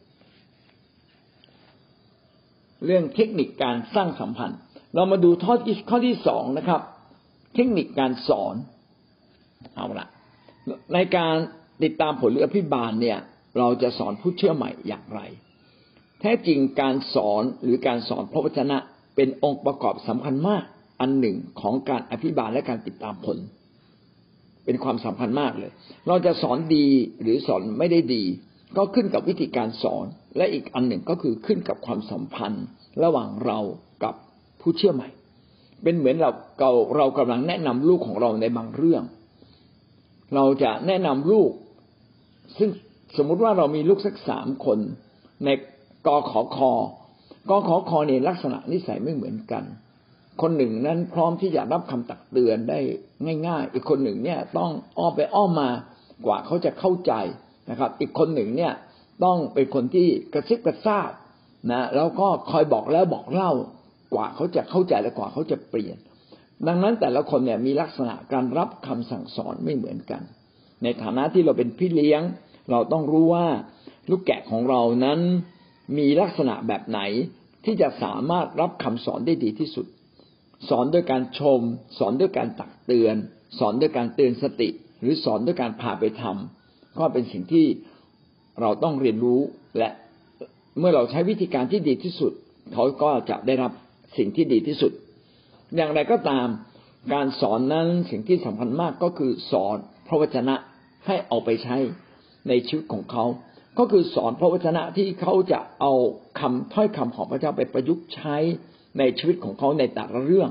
เรื่องเทคนิคการสร้างสัมพันธ์เรามาดูข้อที่2นะครับเทคนิคการสอนเอาละในการติดตามผลหรืออภิบาลเนี่ยเราจะสอนผู้เชื่อใหม่อย่างไรแท้จริงการสอนหรือการสอนพระวจนะเป็นองค์ประกอบสำคัญมากอันหนึ่งของการอภิบาลและการติดตามผลเป็นความสำคัญมากเลยเราจะสอนดีหรือสอนไม่ได้ดีก็ขึ้นกับวิธีการสอนและอีกอันหนึ่งก็คือขึ้นกับความสัมพันธ์ระหว่างเรากับผู้เชื่อใหม่เป็นเหมือนเรากำลังแนะนำลูกของเราในบางเรื่องเราจะแนะนำลูกซึ่งสมมุติว่าเรามีลูกสัก3 คนในกขคเนี่ยลักษณะนิสัยไม่เหมือนกันคนหนึ่งนั้นพร้อมที่จะรับคำตักเตือนได้ง่ายๆอีกคนหนึ่งเนี่ยต้องอ้อมไปอ้อมมากว่าเขาจะเข้าใจนะครับอีกคนหนึ่งเนี่ยต้องเป็นคนที่กระซิบกระซาบนะแล้วก็คอยบอกแล้วบอกเล่ากว่าเขาจะเข้าใจและกว่าเขาจะเปลี่ยนดังนั้นแต่ละคนเนี่ยมีลักษณะการรับคำสั่งสอนไม่เหมือนกันในฐานะที่เราเป็นพี่เลี้ยงเราต้องรู้ว่าลูกแกะของเรานั้นมีลักษณะแบบไหนที่จะสามารถรับคำสอนได้ดีที่สุดสอนด้วยการชมสอนด้วยการตักเตือนสอนด้วยการเตือนสติหรือสอนด้วยการพาไปทำก็เป็นสิ่งที่เราต้องเรียนรู้และเมื่อเราใช้วิธีการที่ดีที่สุดเขาก็จะได้รับสิ่งที่ดีที่สุดอย่างไรก็ตามการสอนนั้นสิ่งที่สำคัญมากก็คือสอนพระวจนะให้เอาไปใช้ในชีวิตของเขาก็คือสอนพระวจนะที่เขาจะเอาถ้อยคำของพระเจ้าไปประยุกต์ใช้ในชีวิตของเขาในแต่ละเรื่อง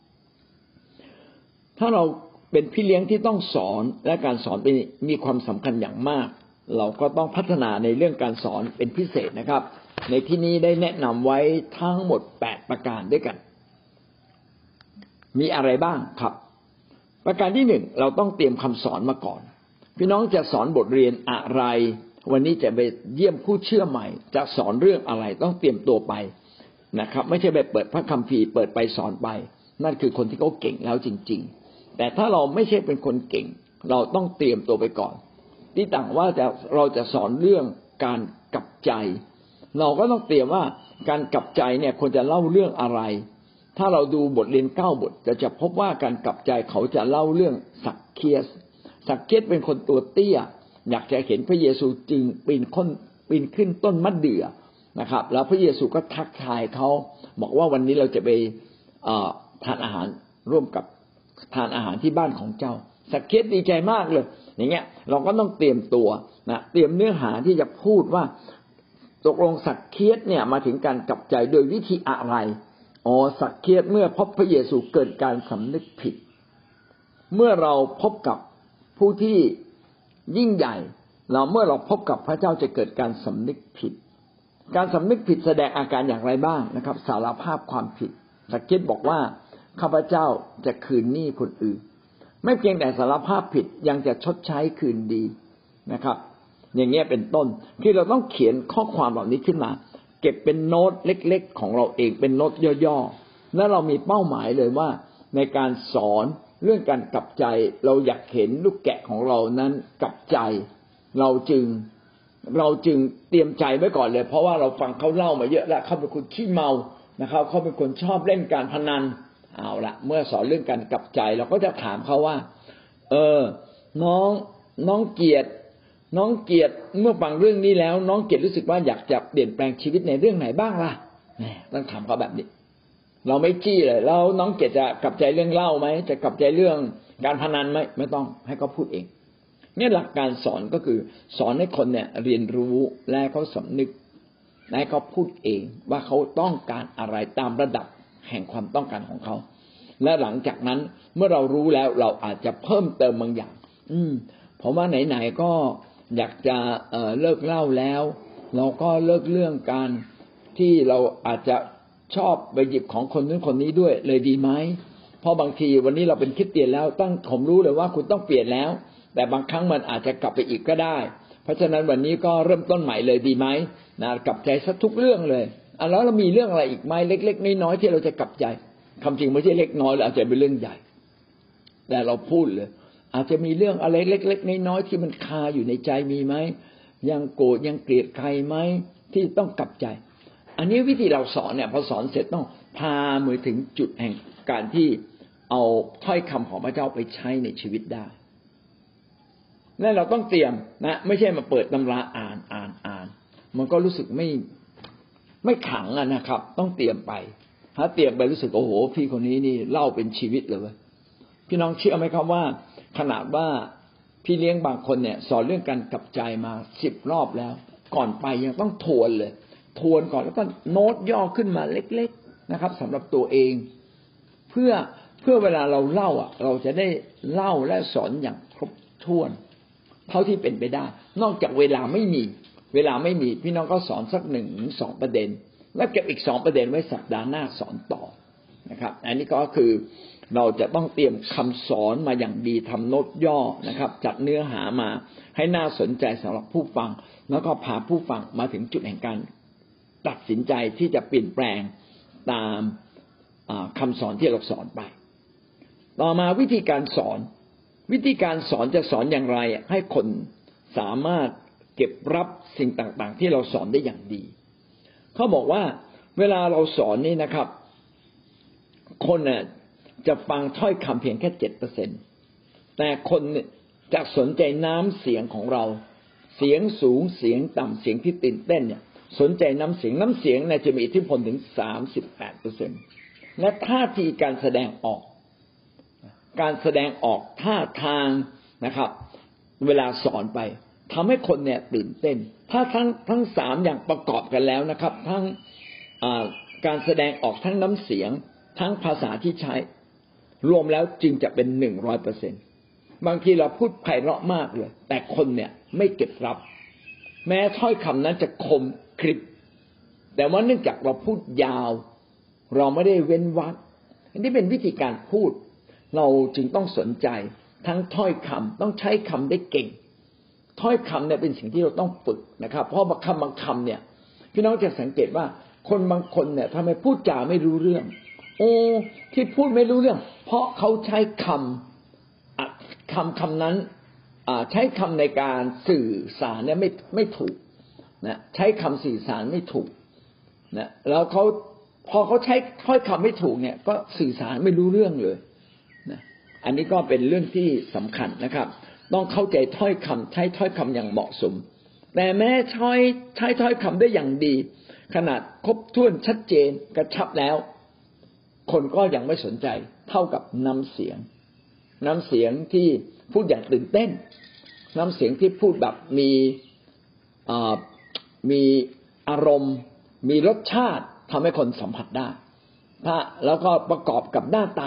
ถ้าเราเป็นพี่เลี้ยงที่ต้องสอนและการสอนมีความสำคัญอย่างมากเราก็ต้องพัฒนาในเรื่องการสอนเป็นพิเศษนะครับในที่นี้ได้แนะนำไว้ทั้งหมด8ประการด้วยกันมีอะไรบ้างครับประการที่1เราต้องเตรียมคำสอนมาก่อนพี่น้องจะสอนบทเรียนอะไรวันนี้จะไปเยี่ยมผู้เชื่อใหม่จะสอนเรื่องอะไรต้องเตรียมตัวไปนะครับไม่ใช่ไปเปิดพระคัมภีร์เปิดไปสอนไปนั่นคือคนที่เขาเก่งแล้วจริงๆแต่ถ้าเราไม่ใช่เป็นคนเก่งเราต้องเตรียมตัวไปก่อนที่ต่างว่าเราจะสอนเรื่องการกลับใจเราก็ต้องเตรียมว่าการกลับใจเนี่ยควรจะเล่าเรื่องอะไรถ้าเราดูบทเรียน9 บทจะพบว่าการกลับใจเขาจะเล่าเรื่องสักเคียสเป็นคนตัวเตี้ยอยากจะเห็นพระเยซูจึงปีนขึ้นต้นมะเดื่อนะครับแล้วพระเยซูก็ทักทายเขาบอกว่าวันนี้เราจะไปทานอาหารร่วมกับทานอาหารที่บ้านของเจ้าสักเคียสดีใจมากเลยอย่างเงี้ยเราก็ต้องเตรียมตัวนะเตรียมเนื้อหาที่จะพูดว่าตกลงสักเคียสเนี่ยมาถึงการกลับใจโดยวิธีอะไรสักเคียสเมื่อพบพระเยซูเกิดการสำนึกผิดเมื่อเราพบกับผู้ที่ยิ่งใหญ่เมื่อเราพบกับพระเจ้าจะเกิดการสำนึกผิดการสำนึกผิดแสดงอาการอย่างไรบ้างนะครับสารภาพความผิดสักเคียสบอกว่าข้าพเจ้าจะคืนหนี้คนอื่นไม่เพียงแต่สารภาพผิดยังจะชดใช้คืนดีนะครับอย่างเงี้ยเป็นต้นที่เราต้องเขียนข้อความเหล่านี้ขึ้นมาเก็บเป็นโน้ตเล็กๆของเราเองเป็นโน้ตย่อๆและเรามีเป้าหมายเลยว่าในการสอนเรื่องการกลับใจเราอยากเห็นลูกแกะของเรานั้นกลับใจเราจึงเตรียมใจไว้ก่อนเลยเพราะว่าเราฟังเขาเล่ามาเยอะแล้วเขาเป็นคนขี้เมานะครับเขาเป็นคนชอบเล่นการพนันเอาละเมื่อสอนเรื่องการกลับใจเราก็จะถามเขาว่าน้องเกียรติเมื่อฟังเรื่องนี้แล้วน้องเกียรติรู้สึกว่าอยากจะเปลี่ยนแปลงชีวิตในเรื่องไหนบ้างล่ะต้องถามเขาแบบนี้เราไม่จี้เลยแล้วน้องเกียรติจะกลับใจเรื่องเหล้าไหมจะกลับใจเรื่องการพนันไหมไม่ต้องให้เขาพูดเองเนี่ยหลักการสอนก็คือสอนให้คนเนี่ยเรียนรู้และเขาสำนึกและเขาพูดเองว่าเขาต้องการอะไรตามระดับแห่งความต้องการของเขาและหลังจากนั้นเมื่อเรารู้แล้วเราอาจจะเพิ่มเติมบางอย่างผมว่าไหนๆก็อยากจะเลิกเหล้าแล้วเราก็เลิกเรื่องการที่เราอาจจะชอบไปหยิบของคนนู้นคนนี้ด้วยเลยดีไหมเพราะบางทีวันนี้เราเป็นคริสเตียนแล้วผมรู้เลยว่าคุณต้องเปลี่ยนแล้วแต่บางครั้งมันอาจจะกลับไปอีกก็ได้เพราะฉะนั้นวันนี้ก็เริ่มต้นใหม่เลยดีไหมนะกลับใจซะทุกเรื่องเลยแล้วเรามีเรื่องอะไรอีกไหมเล็กๆน้อยๆที่เราจะกลับใจคำจริงไม่ใช่เล็กน้อยหรืออาจจะเป็นเรื่องใหญ่แต่เราพูดเลยอาจจะมีเรื่องอะไรเล็กๆน้อยๆที่มันคาอยู่ในใจมีไหมยังโกรธยังเกลียดใครไหมที่ต้องกลับใจอันนี้วิธีเราสอนเนี่ยพอสอนเสร็จต้องพามือถึงจุดแห่งการที่เอาถ้อยคำของพระเจ้าไปใช้ในชีวิตได้และเราต้องเตรียมนะไม่ใช่มาเปิดตำราอ่านมันก็รู้สึกไม่ขังนะครับต้องเตรียมไปถ้าเตรียมไปรู้สึกโอ้โหพี่คนนี้นี่เล่าเป็นชีวิตเลยพี่น้องเชื่อไหมครับว่าขนาดว่าพี่เลี้ยงบางคนเนี่ยสอนเรื่องการกลับใจมา10 รอบแล้วก่อนไปยังต้องทวนเลยทวนก่อนแล้วก็โน้ตย่อขึ้นมาเล็กๆนะครับสำหรับตัวเองเพื่อเวลาเราเล่าเราจะได้เล่าและสอนอย่างครบถ้วนเท่าที่เป็นไปได้นอกจากเวลาไม่มีพี่น้องก็สอนสัก1-2 ประเด็นแล้วเก็บอีก2 ประเด็นไว้สัปดาห์หน้าสอนต่อนะครับอันนี้ก็คือเราจะต้องเตรียมคำสอนมาอย่างดีทำโน้ตย่อนะครับจัดเนื้อหามาให้น่าสนใจสำหรับผู้ฟังแล้วก็พาผู้ฟังมาถึงจุดแห่งการตัดสินใจที่จะเปลี่ยนแปลงตามคำสอนที่เราสอนไปต่อมาวิธีการสอนจะสอนอย่างไรให้คนสามารถเก็บรับสิ่งต่างๆที่เราสอนได้อย่างดีเขาบอกว่าเวลาเราสอนนี่นะครับคนจะฟังถ้อยคำเพียงแค่ 7% แต่คนจะสนใจน้ำเสียงของเราเสียงสูงเสียงต่ำเสียงที่ตื่นเต้นเนี่ยสนใจน้ำเสียงเนี่ยจะมีอิทธิพลถึง 38% และท่าทีการแสดงออกท่าทางนะครับเวลาสอนไปทำให้คนเนี่ยตื่นเต้นถ้าทั้ง3อย่างประกอบกันแล้วนะครับทั้งการแสดงออกทั้งน้ำเสียงทั้งภาษาที่ใช้รวมแล้วจึงจะเป็น 100% บางทีเราพูดไพเราะมากเลยแต่คนเนี่ยไม่เก็บรับแม้ถ้อยคำนั้นจะคมกริบแต่ว่าเนื่องจากเราพูดยาวเราไม่ได้เว้นวรรคอันนี้เป็นวิธีการพูดเราจึงต้องสนใจทั้งถ้อยคำต้องใช้คำได้เก่งถ้อยคำเนี่ยเป็นสิ่งที่เราต้องฝึกนะครับเพราะบางคำเนี่ยพี่น้องจะสังเกตว่าคนบางคนเนี่ยทำไมพูดจาไม่รู้เรื่องโอ้ที่พูดไม่รู้เรื่องเพราะเขาใช้คำนั้นใช้คำในการสื่อสารเนี่ยไม่ถูกนะใช้คำสื่อสารไม่ถูกนะแล้วเขาพอเขาใช้ถ้อยคำไม่ถูกเนี่ยก็สื่อสารไม่รู้เรื่องเลยนะอันนี้ก็เป็นเรื่องที่สำคัญนะครับต้องเข้าใจถ้อยคำใช้ถ้อยคำอย่างเหมาะสมแต่แม้ใช้ถ้อยคำได้อย่างดีขนาดครบถ้วนชัดเจนกระชับแล้วคนก็ยังไม่สนใจเท่ากับน้ำเสียงที่พูดอย่างตื่นเต้นน้ำเสียงที่พูดแบบมีอารมณ์มีรสชาติทำให้คนสัมผัสได้แล้วก็ประกอบกับหน้าตา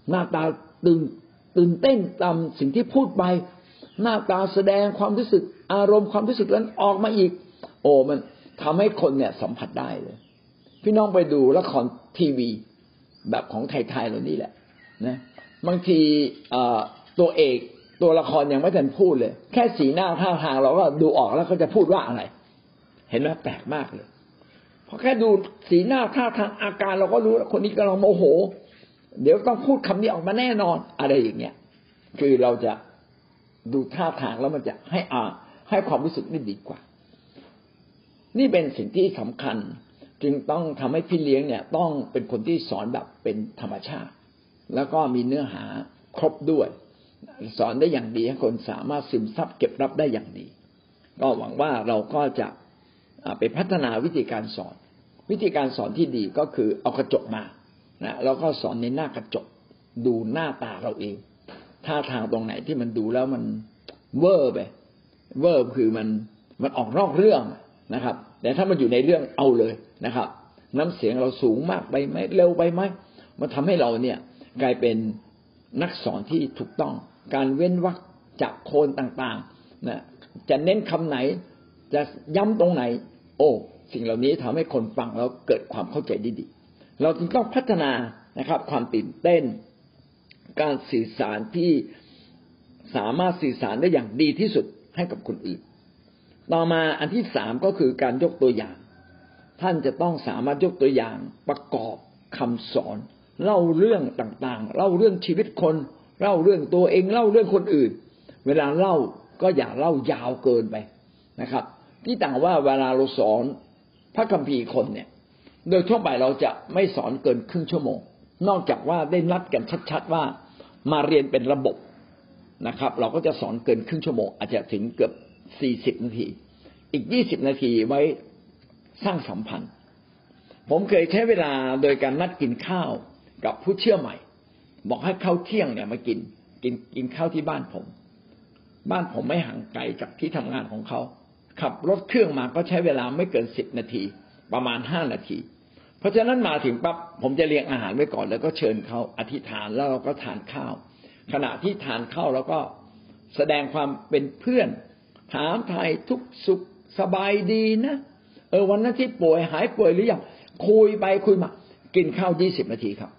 ตื่นเต้นตามสิ่งที่พูดไปหน้าตาแสดงความรู้สึกอารมณ์ความรู้สึกนั้นออกมาอีกโอ้มันทำให้คนเนี่ยสัมผัสได้เลยพี่น้องไปดูละครทีวีแบบของไทยๆเรานี่แหละนะบางทีตัวเอกตัวละครยังไม่ทันพูดเลยแค่สีหน้าท่าทางเราก็ดูออกแล้วเขาจะพูดว่าอะไรเห็นไหมแปลกมากเลยพอแค่ดูสีหน้าท่าทางอาการเราก็รู้คนนี้กำลังโมโหเดี๋ยวต้องพูดคำนี้ออกมาแน่นอนอะไรอย่างเงี้ยคือเราจะดูท่าทางแล้วมันจะให้ความรู้สึกได้ดีกว่านี่เป็นสิ่งที่สำคัญจึงต้องทำให้พี่เลี้ยงเนี่ยต้องเป็นคนที่สอนแบบเป็นธรรมชาติแล้วก็มีเนื้อหาครบด้วยสอนได้อย่างดีให้คนสามารถซึมซับเก็บรับได้อย่างดีก็หวังว่าเราก็จะไปพัฒนาวิธีการสอนที่ดีก็คือเอากระจกมานะแล้วก็สอนในหน้ากระจกดูหน้าตาเราเองท่าทางตรงไหนที่มันดูแล้วมันเวอร์คือมันออกนอกเรื่องนะครับแต่ถ้ามันอยู่ในเรื่องเอาเลยนะครับน้ำเสียงเราสูงมากไปไหมเร็วไปไหมมันทำให้เราเนี่ยกลายเป็นนักสอนที่ถูกต้องการเว้นวรรคจากโคนต่างๆนะจะเน้นคำไหนจะย้ำตรงไหนโอ้สิ่งเหล่านี้ทำให้คนฟังแล้วเกิดความเข้าใจได้ดีเราจึงต้องพัฒนานะครับความตื่นเต้นการสื่อสารที่สามารถสื่อสารได้อย่างดีที่สุดให้กับคนอื่นต่อมาอันที่สามก็คือการยกตัวอย่างท่านจะต้องสามารถยกตัวอย่างประกอบคำสอนเล่าเรื่องต่างๆเล่าเรื่องชีวิตคนเล่าเรื่องตัวเองเล่าเรื่องคนอื่นเวลาเล่าก็อย่าเล่ายาวเกินไปนะครับที่ต่างว่าเวลาเราสอนพระคัมภีร์คนเนี่ยโดยทั่วไปเราจะไม่สอนเกินครึ่งชั่วโมงนอกจากว่าได้นัดกันชัดๆว่ามาเรียนเป็นระบบนะครับเราก็จะสอนเกินครึ่งชั่วโมงอาจจะถึงเกือบ40นาทีอีก20นาทีไว้สร้างสัมพันธ์ผมเคยใช้เวลาโดยการนัดกินข้าวกับผู้เชื่อใหม่บอกให้เข้าเที่ยงเนี่ยมากินข้าวที่บ้านผมไม่ห่างไกลจากที่ทำงานของเขาขับรถเครื่องมาก็ใช้เวลาไม่เกิน10นาทีประมาณ5นาทีเพราะฉะนั้นมาถึงปั๊บผมจะเลี้ยงอาหารไว้ก่อนแล้วก็เชิญเขาอธิษฐานแล้วเราก็ทานข้าวขณะที่ทานข้าวแล้วก็แสดงความเป็นเพื่อนถามไทยทุกสุขสบายดีนะวันนั้นที่ป่วยหายป่วยหรือยังคุยไปคุยมากินข้าว20นาทีครับ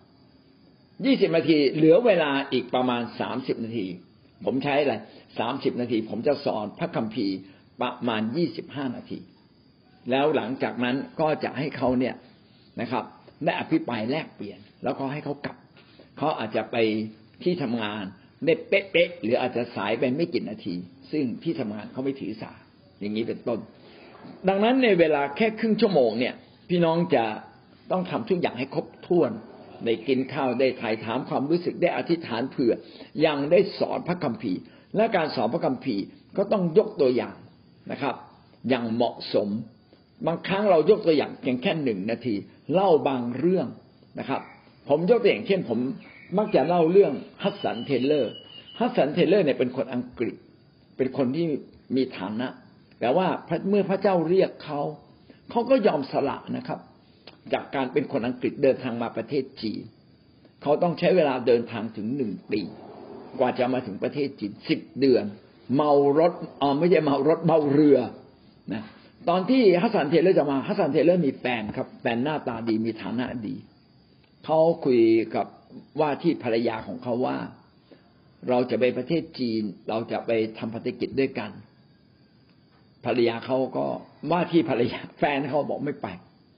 20นาทีเหลือเวลาอีกประมาณ30นาทีผมใช้อะไร30นาทีผมจะสอนพระคัมภีร์ประมาณ25นาทีแล้วหลังจากนั้นก็จะให้เขาเนี่ยนะครับได้อภิปรายแลกเปลี่ยนแล้วก็ให้เขากลับเขาอาจจะไปที่ทำงานได้เป๊ะๆหรืออาจจะสายไปไม่กี่นาทีซึ่งที่ทำงานเขาไม่ถือสาอย่างนี้เป็นต้นดังนั้นในเวลาแค่ครึ่งชั่วโมงเนี่ยพี่น้องจะต้องทำทุกอย่างให้ครบถ้วนได้กินข้าวได้ถ่ายถามความรู้สึกได้อธิษฐานเผื่อยังได้สอนพระคัมภีร์และการสอนพระคัมภีร์ก็ต้องยกตัวอย่างนะครับอย่างเหมาะสมบางครั้งเรายกตัวอย่างเพียงแค่1นาทีเล่าบางเรื่องนะครับผมยกตัวอย่างเช่นผมมักจะเล่าเรื่องฮัสสันเทเลอร์เนี่ยเป็นคนอังกฤษเป็นคนที่มีฐานะแต่ว่าเมื่อพระเจ้าเรียกเขาก็ยอมสละนะครับจากการเป็นคนอังกฤษเดินทางมาประเทศจีนเขาต้องใช้เวลาเดินทางถึง1ปีกว่าจะมาถึงประเทศจีน10เดือนเมารถไม่ใช่เมารถเมาเรือนะตอนที่ฮัสสันเทเลอร์จะมาฮัสสันเทเลอร์มีแฟนครับแฟนหน้าตาดีมีฐานะดีเขาคุยกับว่าที่ภรรยาของเขาว่าเราจะไปประเทศจีนเราจะไปทำภารกิจด้วยกันภรรยาเขาก็ว่าที่ภรรยาแฟนเขาบอกไม่ไป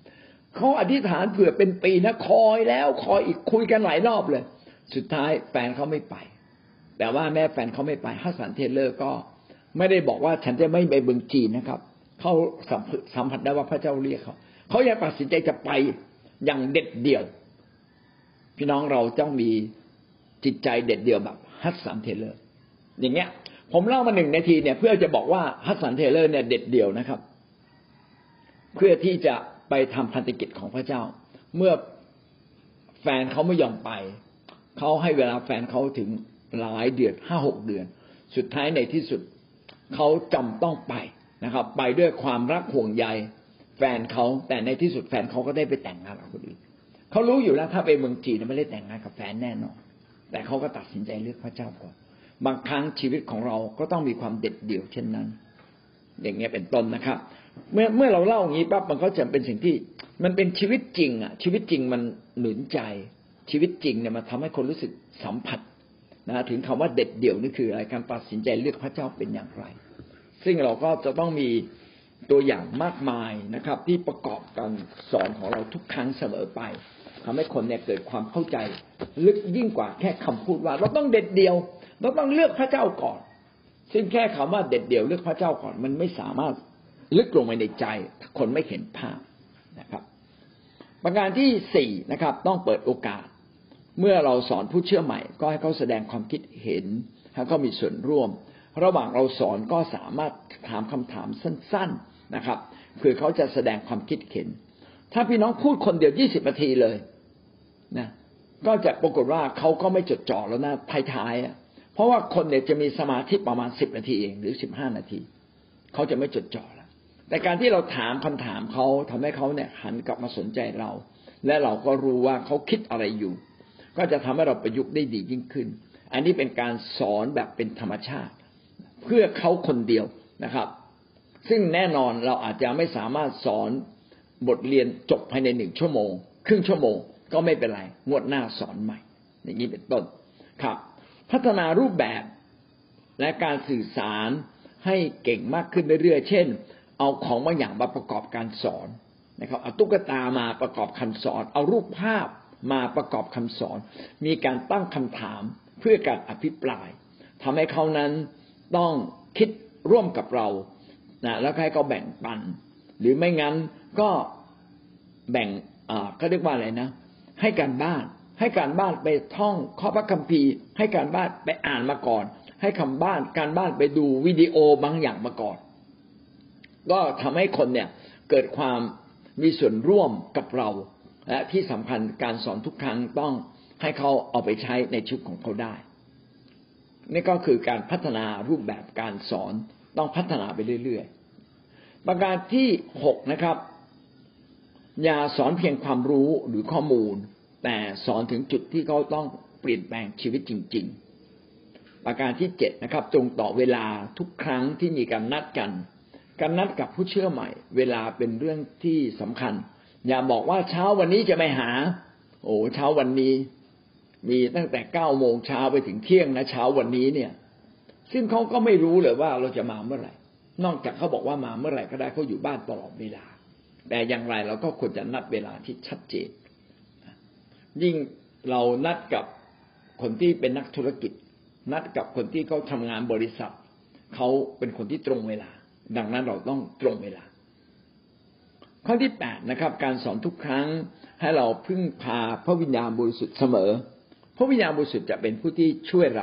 เขาอธิษฐานเผื่อเป็นปีนะคอยแล้วคอยอีกคุยกันหลายรอบเลยสุดท้ายแฟนเขาไม่ไปแต่ว่าแม่แฟนเขาไม่ไปฮัสสันเทเลอร์ก็ไม่ได้บอกว่าฉันจะไม่ไปเมืองจีนนะครับเขาสัมผัสได้ว่าพระเจ้าเรียกเขายังตัดสินใจจะไปอย่างเด็ดเดี่ยวพี่น้องเราต้องมีจิตใจเด็ดเดี่ยวแบบฮัสสันเทเลอร์อย่างเงี้ยผมเล่ามา1 นาทีเนี่ยเพื่อจะบอกว่าฮัสสันเทเลอร์เนี่ยเด็ดเดี่ยวนะครับเพื่อที่จะไปทำพันธกิจของพระเจ้าเมื่อแฟนเขาไม่ยอมไปเขาให้เวลาแฟนเขาถึงหลายเดือน5-6 เดือนสุดท้ายในที่สุดเขาจำต้องไปนะครับไปด้วยความรักห่วงใยแฟนเขาแต่ในที่สุดแฟนเขาก็ได้ไปแต่งงานกับคนอื่นเขารู้อยู่แล้วถ้าไปเมืองจีนไม่ได้แต่งงานกับแฟนแน่นอนแต่เขาก็ตัดสินใจเลือกพระเจ้าก่อนบางครั้งชีวิตของเราก็ต้องมีความเด็ดเดี่ยวเช่นนั้นอย่างเงี้ยเป็นต้นนะครับเมื่อเราเล่าอย่างนี้ปั๊บมันก็จะเป็นสิ่งที่มันเป็นชีวิตจริงอ่ะชีวิตจริงมันหนุนใจชีวิตจริงเนี่ยมันทำให้คนรู้สึกสัมผัสนะถึงคำว่าเด็ดเดี่ยวนี่คืออะไรการตัดสินใจเลือกพระเจ้าเป็นอย่างไรซึ่งเราก็จะต้องมีตัวอย่างมากมายนะครับที่ประกอบการสอนของเราทุกครั้งเสมอไปทำให้คนเนี่ยเกิดความเข้าใจลึกยิ่งกว่าแค่คำพูดว่าเราต้องเด็ดเดี่ยวเราต้องเลือกพระเจ้าก่อนซึ่งแค่คำว่าเด็ดเดี่ยวเลือกพระเจ้าก่อนมันไม่สามารถลึกลงไปในใจคนไม่เห็นภาพนะครับประการที่4นะครับต้องเปิดโอกาสเมื่อเราสอนผู้เชื่อใหม่ก็ให้เขาแสดงความคิดเห็นให้เขามีส่วนร่วมระหว่างเราสอนก็สามารถถามคำถามสั้นๆนะครับคือเขาจะแสดงความคิดเห็นถ้าพี่น้องพูดคนเดียว20 นาทีเลยนะก็จะปรากฏว่าเขาก็ไม่จดจ่อแล้วนะท้ายๆเพราะว่าคนเนี่ยจะมีสมาธิประมาณ10 นาทีเองหรือ15 นาทีเขาจะไม่จดจ่อแล้วแต่การที่เราถามคำถามเขาทำให้เขาเนี่ยหันกลับมาสนใจเราและเราก็รู้ว่าเขาคิดอะไรอยู่ก็จะทำให้เราประยุกต์ได้ดียิ่งขึ้นอันนี้เป็นการสอนแบบเป็นธรรมชาติเพื่อเขาคนเดียวนะครับซึ่งแน่นอนเราอาจจะไม่สามารถสอนบทเรียนจบภายใน1 ชั่วโมงครึ่งชั่วโมงก็ไม่เป็นไรงวดหน้าสอนใหม่อย่างนี้เป็นต้นครับพัฒนารูปแบบและการสื่อสารให้เก่งมากขึ้นเรื่อยๆเช่นเอาของบางอย่างมาประกอบการสอนนะครับเอาตุ๊กตามาประกอบคำสอนเอารูปภาพมาประกอบคำสอนมีการตั้งคำถามเพื่อการอภิปรายทำให้เขานั้นต้องคิดร่วมกับเรานะแล้วให้เขาแบ่งปันหรือไม่งั้นก็แบ่งเขาเรียกว่าอะไรนะให้การบ้านไปท่องข้อพระคัมภีร์ให้การบ้านไปอ่านมาก่อนให้การบ้านไปดูวิดีโอบางอย่างมาก่อนก็ทำให้คนเนี่ยเกิดความมีส่วนร่วมกับเราและที่สำคัญการสอนทุกครั้งต้องให้เขาเอาไปใช้ในชีวิตของเขาได้นี่ก็คือการพัฒนารูปแบบการสอนต้องพัฒนาไปเรื่อยๆประการที่6นะครับอย่าสอนเพียงความรู้หรือข้อมูลแต่สอนถึงจุดที่เขาต้องเปลี่ยนแปลงชีวิตจริงๆประการที่7นะครับจงต่อเวลาทุกครั้งที่มีการนัดกันการนัดกับผู้เชื่อใหม่เวลาเป็นเรื่องที่สำคัญอย่าบอกว่าเช้าวันนี้จะไปหาเช้าวันนี้มีตั้งแต่9 โมงเช้าไปถึงเที่ยงนะเช้าวันนี้เนี่ยซึ่งเขาก็ไม่รู้เลยว่าเราจะมาเมื่อไหร่นอกจากเขาบอกว่ามาเมื่อไหร่ก็ได้เขาอยู่บ้านตลอดเวลาแต่อย่างไรเราก็ควรจะนัดเวลาที่ชัดเจนยิ่งเรานัดกับคนที่เป็นนักธุรกิจนัดกับคนที่เขาทำงานบริษัทเขาเป็นคนที่ตรงเวลาดังนั้นเราต้องตรงเวลาข้อที่8นะครับการสอนทุกครั้งให้เราพึ่งพาพระวิญญาณบริสุทธิ์เสมอพระวิญญาณบริสุทธิ์จะเป็นผู้ที่ช่วยเรา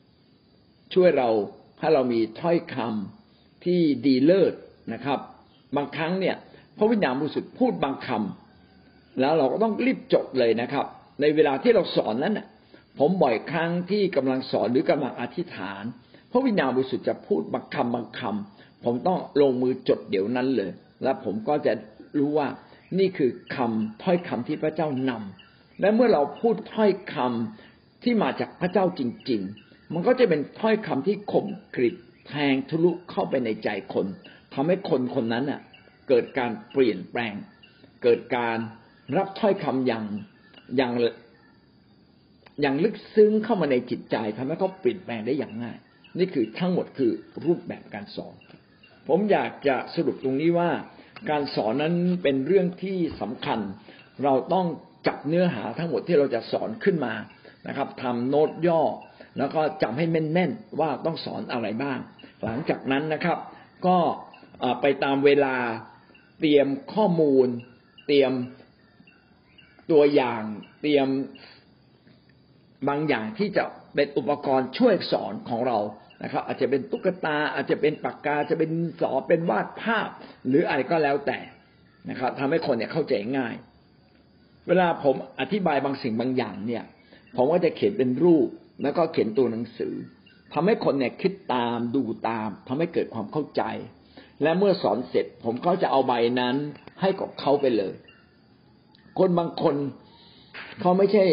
ให้เรามีถ้อยคำที่ดีเลิศนะครับบางครั้งเนี่ยพระวิญญาณบริสุทธิ์พูดบางคำแล้วเราก็ต้องรีบจดเลยนะครับในเวลาที่เราสอนนั้นน่ะผมบ่อยครั้งที่กำลังสอนหรือกำลังอธิษฐานพระวิญญาณบริสุทธิ์จะพูดบางคำผมต้องลงมือจดเดี๋ยวนั้นเลยและผมก็จะรู้ว่านี่คือถ้อยคำที่พระเจ้านำและเมื่อเราพูดถ้อยคำที่มาจากพระเจ้าจริงๆมันก็จะเป็นถ้อยคำที่คมกริบแทงทะลุเข้าไปในใจคนทำให้คนคนนั้นน่ะเกิดการเปลี่ยนแปลงเกิดการรับถ้อยคำอย่างลึกซึ้งเข้ามาในจิตใจทำให้เขาเปลี่ยนแปลงได้อย่างง่ายนี่คือทั้งหมดคือรูปแบบการสอนผมอยากจะสรุปตรงนี้ว่าการสอนนั้นเป็นเรื่องที่สำคัญเราต้องจับเนื้อหาทั้งหมดที่เราจะสอนขึ้นมานะครับทำโน้ตย่อแล้วก็จำให้แม่นๆว่าต้องสอนอะไรบ้างหลังจากนั้นนะครับก็ไปตามเวลาเตรียมข้อมูลเตรียมตัวอย่างเตรียมบางอย่างที่จะเป็นอุปกรณ์ช่วยสอนของเรานะครับอาจจะเป็นตุ๊กตาอาจจะเป็นปากกาจะเป็นสอเป็นวาดภาพหรืออะไรก็แล้วแต่นะครับทำให้คนเนี่ยเข้าใจง่ายเวลาผมอธิบายบางสิ่งบางอย่างเนี่ยผมก็จะเขียนเป็นรูปแล้วก็เขียนตัวหนังสือทำให้คนเนี่ยคิดตามดูตามทำให้เกิดความเข้าใจและเมื่อสอนเสร็จผมก็จะเอาใบนั้นให้กับเขาไปเลยคนบางคนเขาไม่ใช่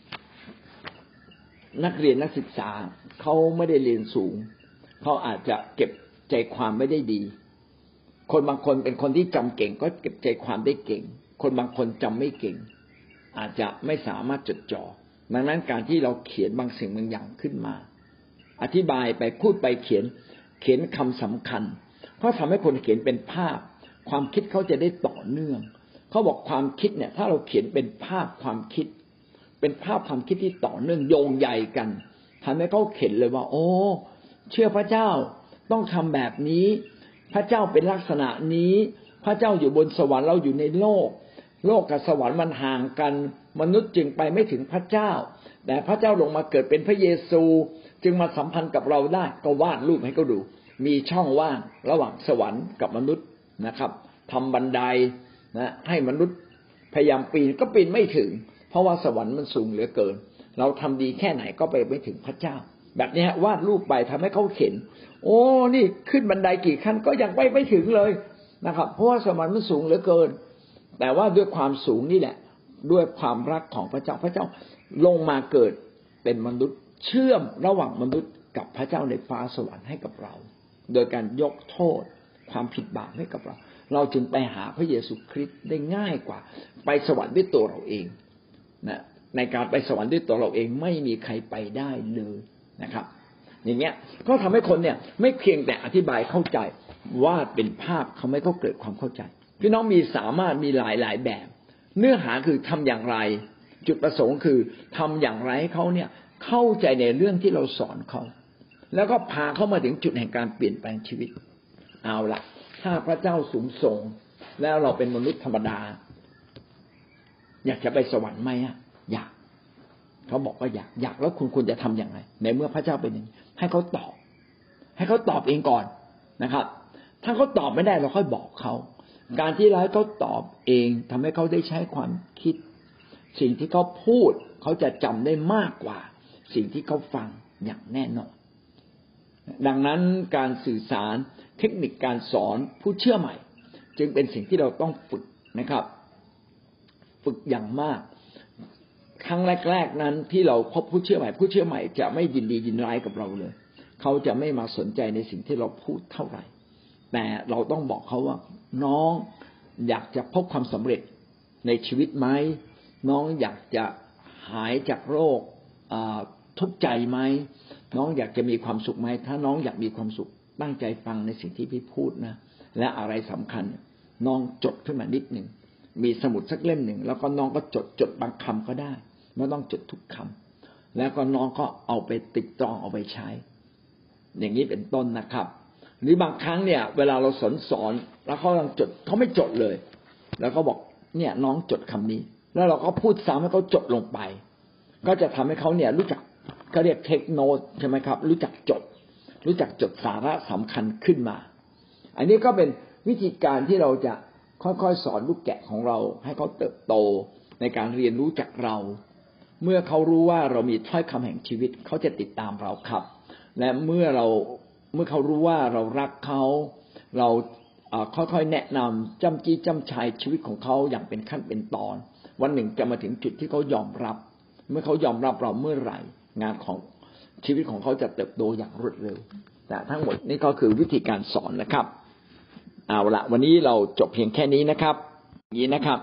นักเรียนนักศึกษาเขาไม่ได้เรียนสูงเขาอาจจะเก็บใจความไม่ได้ดีคนบางคนเป็นคนที่จำเก่งก็เก็บใจความได้เก่งคนบางคนจำไม่เก่งอาจจะไม่สามารถจดจ่อดังนั้นการที่เราเขียนบางสิ่งบางอย่างขึ้นมาอธิบายไปพูดไปเขียนคำสำคัญเพราะทำให้คนเขียนเป็นภาพความคิดเขาจะได้ต่อเนื่องเขาบอกความคิดเนี่ยถ้าเราเขียนเป็นภาพความคิดเป็นภาพความคิดที่ต่อเนื่องโยงใยกันทำให้เขาเห็นเลยว่าโอ้เชื่อพระเจ้าต้องทำแบบนี้พระเจ้าเป็นลักษณะนี้พระเจ้าอยู่บนสวรรค์เราอยู่ในโลกกับสวรรค์มันห่างกันมนุษย์จึงไปไม่ถึงพระเจ้าแต่พระเจ้าลงมาเกิดเป็นพระเยซูจึงมาสัมพันธ์กับเราได้ก็วาดรูปให้เขาดูมีช่องว่างระหว่างสวรรค์กับมนุษย์นะครับทำบันไดนะให้มนุษย์พยายามปีนก็ปีนไม่ถึงเพราะว่าสวรรค์มันสูงเหลือเกินเราทำดีแค่ไหนก็ไปไม่ถึงพระเจ้าแบบนี้วาดรูปไปทำให้เขาเห็นโอ้นี่ขึ้นบันไดกี่ขั้นก็ยังไปไม่ถึงเลยนะครับเพราะว่าสวรรค์มันสูงเหลือเกินแต่ว่าด้วยความสูงนี่แหละด้วยความรักของพระเจ้าพระเจ้าลงมาเกิดเป็นมนุษย์เชื่อมระหว่างมนุษย์กับพระเจ้าในฟ้าสวรรค์ให้กับเราโดยการยกโทษความผิดบาปให้กับเราจึงไปหาพระเยซูคริสต์ได้ง่ายกว่าไปสวรรค์ด้วยตัวเราเองนะในการไปสวรรค์ด้วยตัวเราเองไม่มีใครไปได้เลยนะครับอย่างเงี้ยก็ทำให้คนเนี่ยไม่เพียงแต่อธิบายเข้าใจวาดเป็นภาพเขาไม่ก็เกิดความเข้าใจพี่น้องมีสามารถมีหลายแบบเนื้อหาคือทำอย่างไรจุดประสงค์คือทำอย่างไรให้เขาเนี่ยเข้าใจในเรื่องที่เราสอนเขาแล้วก็พาเขามาถึงจุดแห่งการเปลี่ยนแปลงชีวิตเอาล่ะถ้าพระเจ้าสูงส่งแล้วเราเป็นมนุษย์ธรรมดาอยากจะไปสวรรค์ไหมอยากเขาบอกว่าอยากแล้วคุณควรจะทำอย่างไรในเมื่อพระเจ้าเป็นอย่างนี้ให้เขาตอบเองก่อนนะครับถ้าเขาตอบไม่ได้เราค่อยบอกเขาการที่เราให้เขาตอบเองทำให้เขาได้ใช้ความคิดสิ่งที่เขาพูดเขาจะจำได้มากกว่าสิ่งที่เขาฟังอย่างแน่นอนดังนั้นการสื่อสารเทคนิคการสอนผู้เชื่อใหม่จึงเป็นสิ่งที่เราต้องฝึกนะครับฝึกอย่างมากครั้งแรกๆนั้นที่เราพบผู้เชื่อใหม่จะไม่ยินดียินร้ายกับเราเลยเขาจะไม่มาสนใจในสิ่งที่เราพูดเท่าไหร่แต่เราต้องบอกเขาว่าน้องอยากจะพบความสำเร็จในชีวิตไหมน้องอยากจะหายจากโรคทุกข์ใจไหมน้องอยากจะมีความสุขไหมถ้าน้องอยากมีความสุขตั้งใจฟังในสิ่งที่พี่พูดนะและอะไรสำคัญน้องจดขึ้นมานิดหนึ่งมีสมุดสักเล่มหนึ่งแล้วก็น้องก็จดบางคำก็ได้ไม่ต้องจดทุกคำแล้วก็น้องก็เอาไปติดตรองเอาไปใช้อย่างนี้เป็นต้นนะครับหรือบางครั้งเนี่ยเวลาเราสอนแล้วเขากำลังจดเขาไม่จดเลยแล้วก็บอกเนี่ยน้องจดคำนี้แล้วเราก็พูดซ้ำให้เขาจดลงไปก็จะทำให้เขาเนี่ยรู้จักก็เรียกเทคโนตใช่ไหมครับรู้จักจดสาระสำคัญขึ้นมาอันนี้ก็เป็นวิธีการที่เราจะค่อยๆสอนลูกแกะของเราให้เขาเติบโตในการเรียนรู้จากเราเมื่อเขารู้ว่าเรามีถ้อยคำแห่งชีวิตเขาจะติดตามเราครับและเมื่อเขารู้ว่าเรารักเขาเราค่อยๆแนะนำจ้ำจี้จ้ำชัยชีวิตของเขาอย่างเป็นขั้นเป็นตอนวันหนึ่งจะมาถึงจุดที่เขายอมรับเมื่อเขายอมรับเราเมื่อไหร่งานของชีวิตของเขาจะเติบโตอย่างรวดเร็วแต่ทั้งหมดนี่ก็คือวิธีการสอนนะครับเอาละวันนี้เราจบเพียงแค่นี้นะครับอย่างนี้นะครับ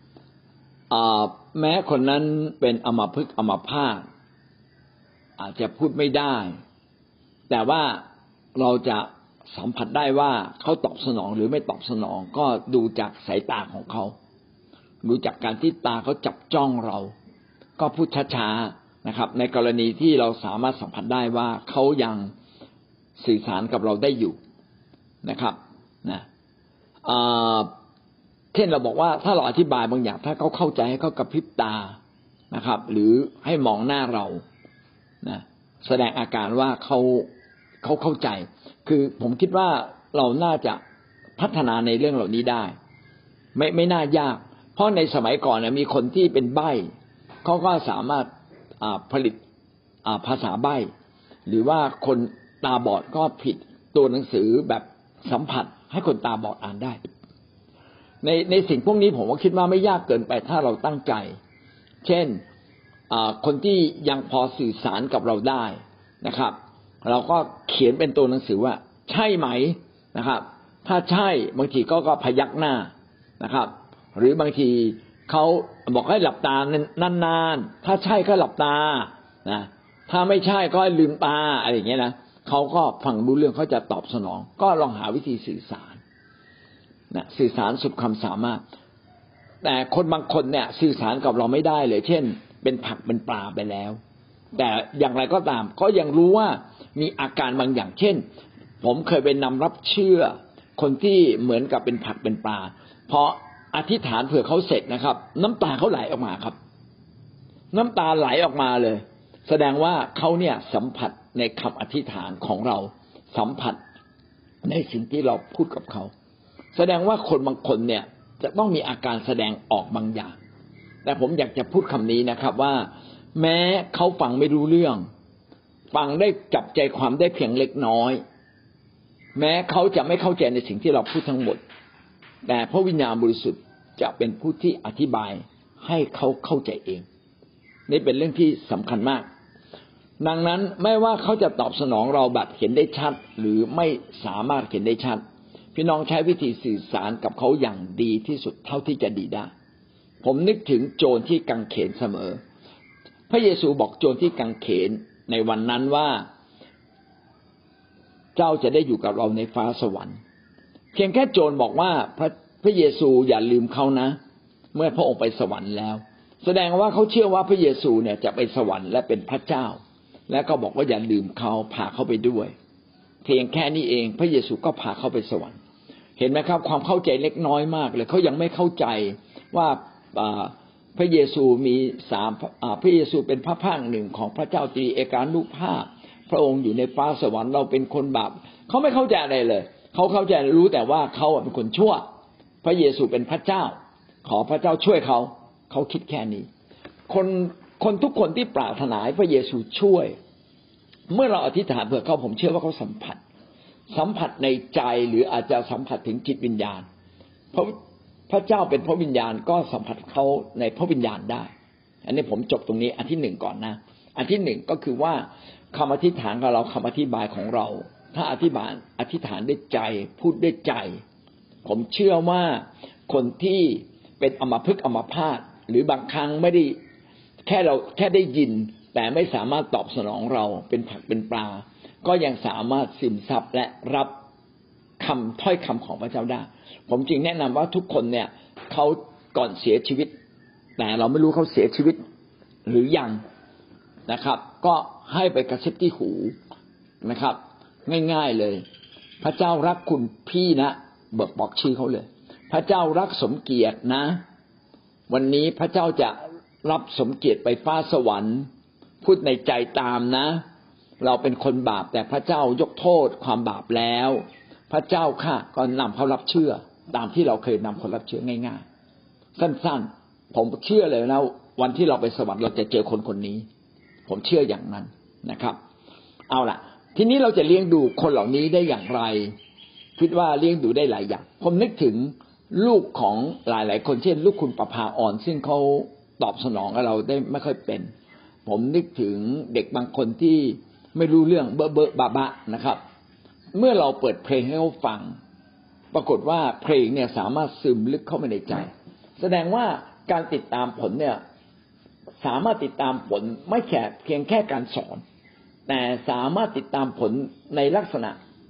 แม้คนนั้นเป็นอัมพฤกษ์อัมพาตอาจจะพูดไม่ได้แต่ว่าเราจะสัมผัสได้ว่าเขาตอบสนองหรือไม่ตอบสนองก็ดูจากสายตาของเขาดูจากการที่ตาเขาจับจ้องเราก็พูดช้าๆนะครับในกรณีที่เราสามารถสัมผัสได้ว่าเขายังสื่อสารกับเราได้อยู่นะครับเช่นเราบอกว่าถ้าเราอธิบายบางอย่างถ้าเขาเข้าใจให้เขากระพริบตานะครับหรือให้มองหน้าเรานะแสดงอาการว่าเขาเข้าใจคือผมคิดว่าเราน่าจะพัฒนาในเรื่องเหล่านี้ได้ไม่น่ายากเพราะในสมัยก่อนเนี่ยมีคนที่เป็นใบ้เขาก็สามารถผลิตภาษาใบ้หรือว่าคนตาบอดก็ผิดตัวหนังสือแบบสัมผัสให้คนตาบอดอ่านได้ในสิ่งพวกนี้ผมก็คิดว่าไม่ยากเกินไปถ้าเราตั้งใจเช่นคนที่ยังพอสื่อสารกับเราได้นะครับเราก็เขียนเป็นตัวหนังสือว่าใช่ไหมนะครับถ้าใช่บางทีก็พยักหน้านะครับหรือบางทีเขาบอกให้หลับตานานๆถ้าใช่ก็หลับตานะถ้าไม่ใช่ก็ลืมตาอะไรอย่างเงี้ยนะเขาก็ฟังรู้เรื่องเขาจะตอบสนองก็ลองหาวิธีสื่อสารนะสื่อสารสุดความสามารถแต่คนบางคนเนี่ยสื่อสารกับเราไม่ได้เลยเช่นเป็นผักเป็นปลาไปแล้วแต่อย่างไรก็ตามก็ยังรู้ว่ามีอาการบางอย่างเช่นผมเคยไปนำรับเชื่อคนที่เหมือนกับเป็นผักเป็นปลาพออธิษฐานเผื่อเขาเสร็จนะครับน้ำตาเขาไหลออกมาครับน้ำตาไหลออกมาเลยแสดงว่าเขาเนี่ยสัมผัสในคำอธิษฐานของเราสัมผัสในสิ่งที่เราพูดกับเขาแสดงว่าคนบางคนเนี่ยจะต้องมีอาการแสดงออกบางอย่างแต่ผมอยากจะพูดคำนี้นะครับว่าแม้เขาฟังไม่รู้เรื่องฟังได้จับใจความได้เพียงเล็กน้อยแม้เขาจะไม่เข้าใจในสิ่งที่เราพูดทั้งหมดแต่พระวิญญาณบริสุทธิ์จะเป็นผู้ที่อธิบายให้เขาเข้าใจเองนี่เป็นเรื่องที่สำคัญมากดังนั้นไม่ว่าเขาจะตอบสนองเราแบบเห็นได้ชัดหรือไม่สามารถเห็นได้ชัดพี่น้องใช้วิธีสื่อสารกับเขาอย่างดีที่สุดเท่าที่จะดีได้ผมนึกถึงโจรที่กังเขนเสมอพระเยซูบอกโจรที่กังเขนในวันนั้นว่าเจ้าจะได้อยู่กับเราในฟ้าสวรรค์เพียงแค่โจรบอกว่าพระเยซูอย่าลืมเขานะเมื่อพระองค์ไปสวรรค์แล้วแสดงว่าเขาเชื่อว่าพระเยซูเนี่ยจะไปสวรรค์และเป็นพระเจ้าและก็บอกว่าอย่าลืมเขาพาเขาไปด้วยเพียงแค่นี้เองพระเยซูก็พาเขาไปสวรรค์เห็นไหมครับความเข้าใจเล็กน้อยมากเลยเขายังไม่เข้าใจว่าพระเยซูมีพระเยซูเป็นพระภาคหนึ่งของพระเจ้าตรีเอกานุภาพพระองค์อยู่ในฟ้าสวรรค์เราเป็นคนบาปเขาไม่เข้าใจอะไรเลยเขาเข้าใจรู้แต่ว่าเขาเป็นคนชั่วพระเยซูเป็นพระเจ้าขอพระเจ้าช่วยเขาคิดแค่นี้คนทุกคนที่ปรารถนาให้พระเยซูช่วยเมื่อเราอธิษฐานเผื่อเขาผมเชื่อว่าเขาสัมผัสในใจหรืออาจจะสัมผัสถึงจิตวิญญาณเพราะพระเจ้าเป็นพระวิญญาณก็สัมผัสเขาในพระวิญญาณได้อันนี้ผมจบตรงนี้อันที่หนึ่งก่อนนะอันที่หนึ่งก็คือว่าคำอธิษฐานของเราคำอธิบายของเราถ้าอธิษฐานด้วยใจพูดด้วยใจผมเชื่อว่าคนที่เป็นอัมพฤกษ์อัมพาตหรือบางครั้งไม่ได้แค่ได้ยินแต่ไม่สามารถตอบสนองเราเป็นผักเป็นปลาก็ยังสามารถซึมซับและรับถ้อยคำของพระเจ้าได้ผมจึงแนะนำว่าทุกคนเนี่ยเขาก่อนเสียชีวิตแต่เราไม่รู้เขาเสียชีวิตหรือยังนะครับก็ให้ไปกระซิบที่หูนะครับง่ายๆเลยพระเจ้ารักคุณพี่นะบอกชื่อเขาเลยพระเจ้ารักสมเกียรตินะวันนี้พระเจ้าจะรับสมเกียรติไปฟ้าสวรรค์พูดในใจตามนะเราเป็นคนบาปแต่พระเจ้ายกโทษความบาปแล้วพระเจ้าค่ะก็นำเขารับเชื่อตามที่เราเคยนำคนรับเชื่อง่ายๆสั้นๆผมเชื่อเลยนะวันที่เราไปสวรรค์เราจะเจอคนนี้ผมเชื่ออย่างนั้นนะครับเอาล่ะทีนี้เราจะเลี้ยงดูคนเหล่านี้ได้อย่างไรคิดว่าเลี้ยงดูได้หลายอย่างผมนึกถึงลูกของหลายๆคนเช่นลูกคุณประภาอ่อนซึ่งเขาตอบสนองกับเราได้ไม่ค่อยเป็นผมนึกถึงเด็กบางคนที่ไม่รู้เรื่องเบอะบะนะครับเมื่อเราเปิดเพลงให้เขาฟังปรากฏว่าเพลงเนี่ยสามารถซึมลึกเข้าไปในใจแสดงว่าการติดตามผลเนี่ยสามารถติดตามผลไม่แค่เพียงแค่การสอนแต่สามารถติดตามผลในลักษณะ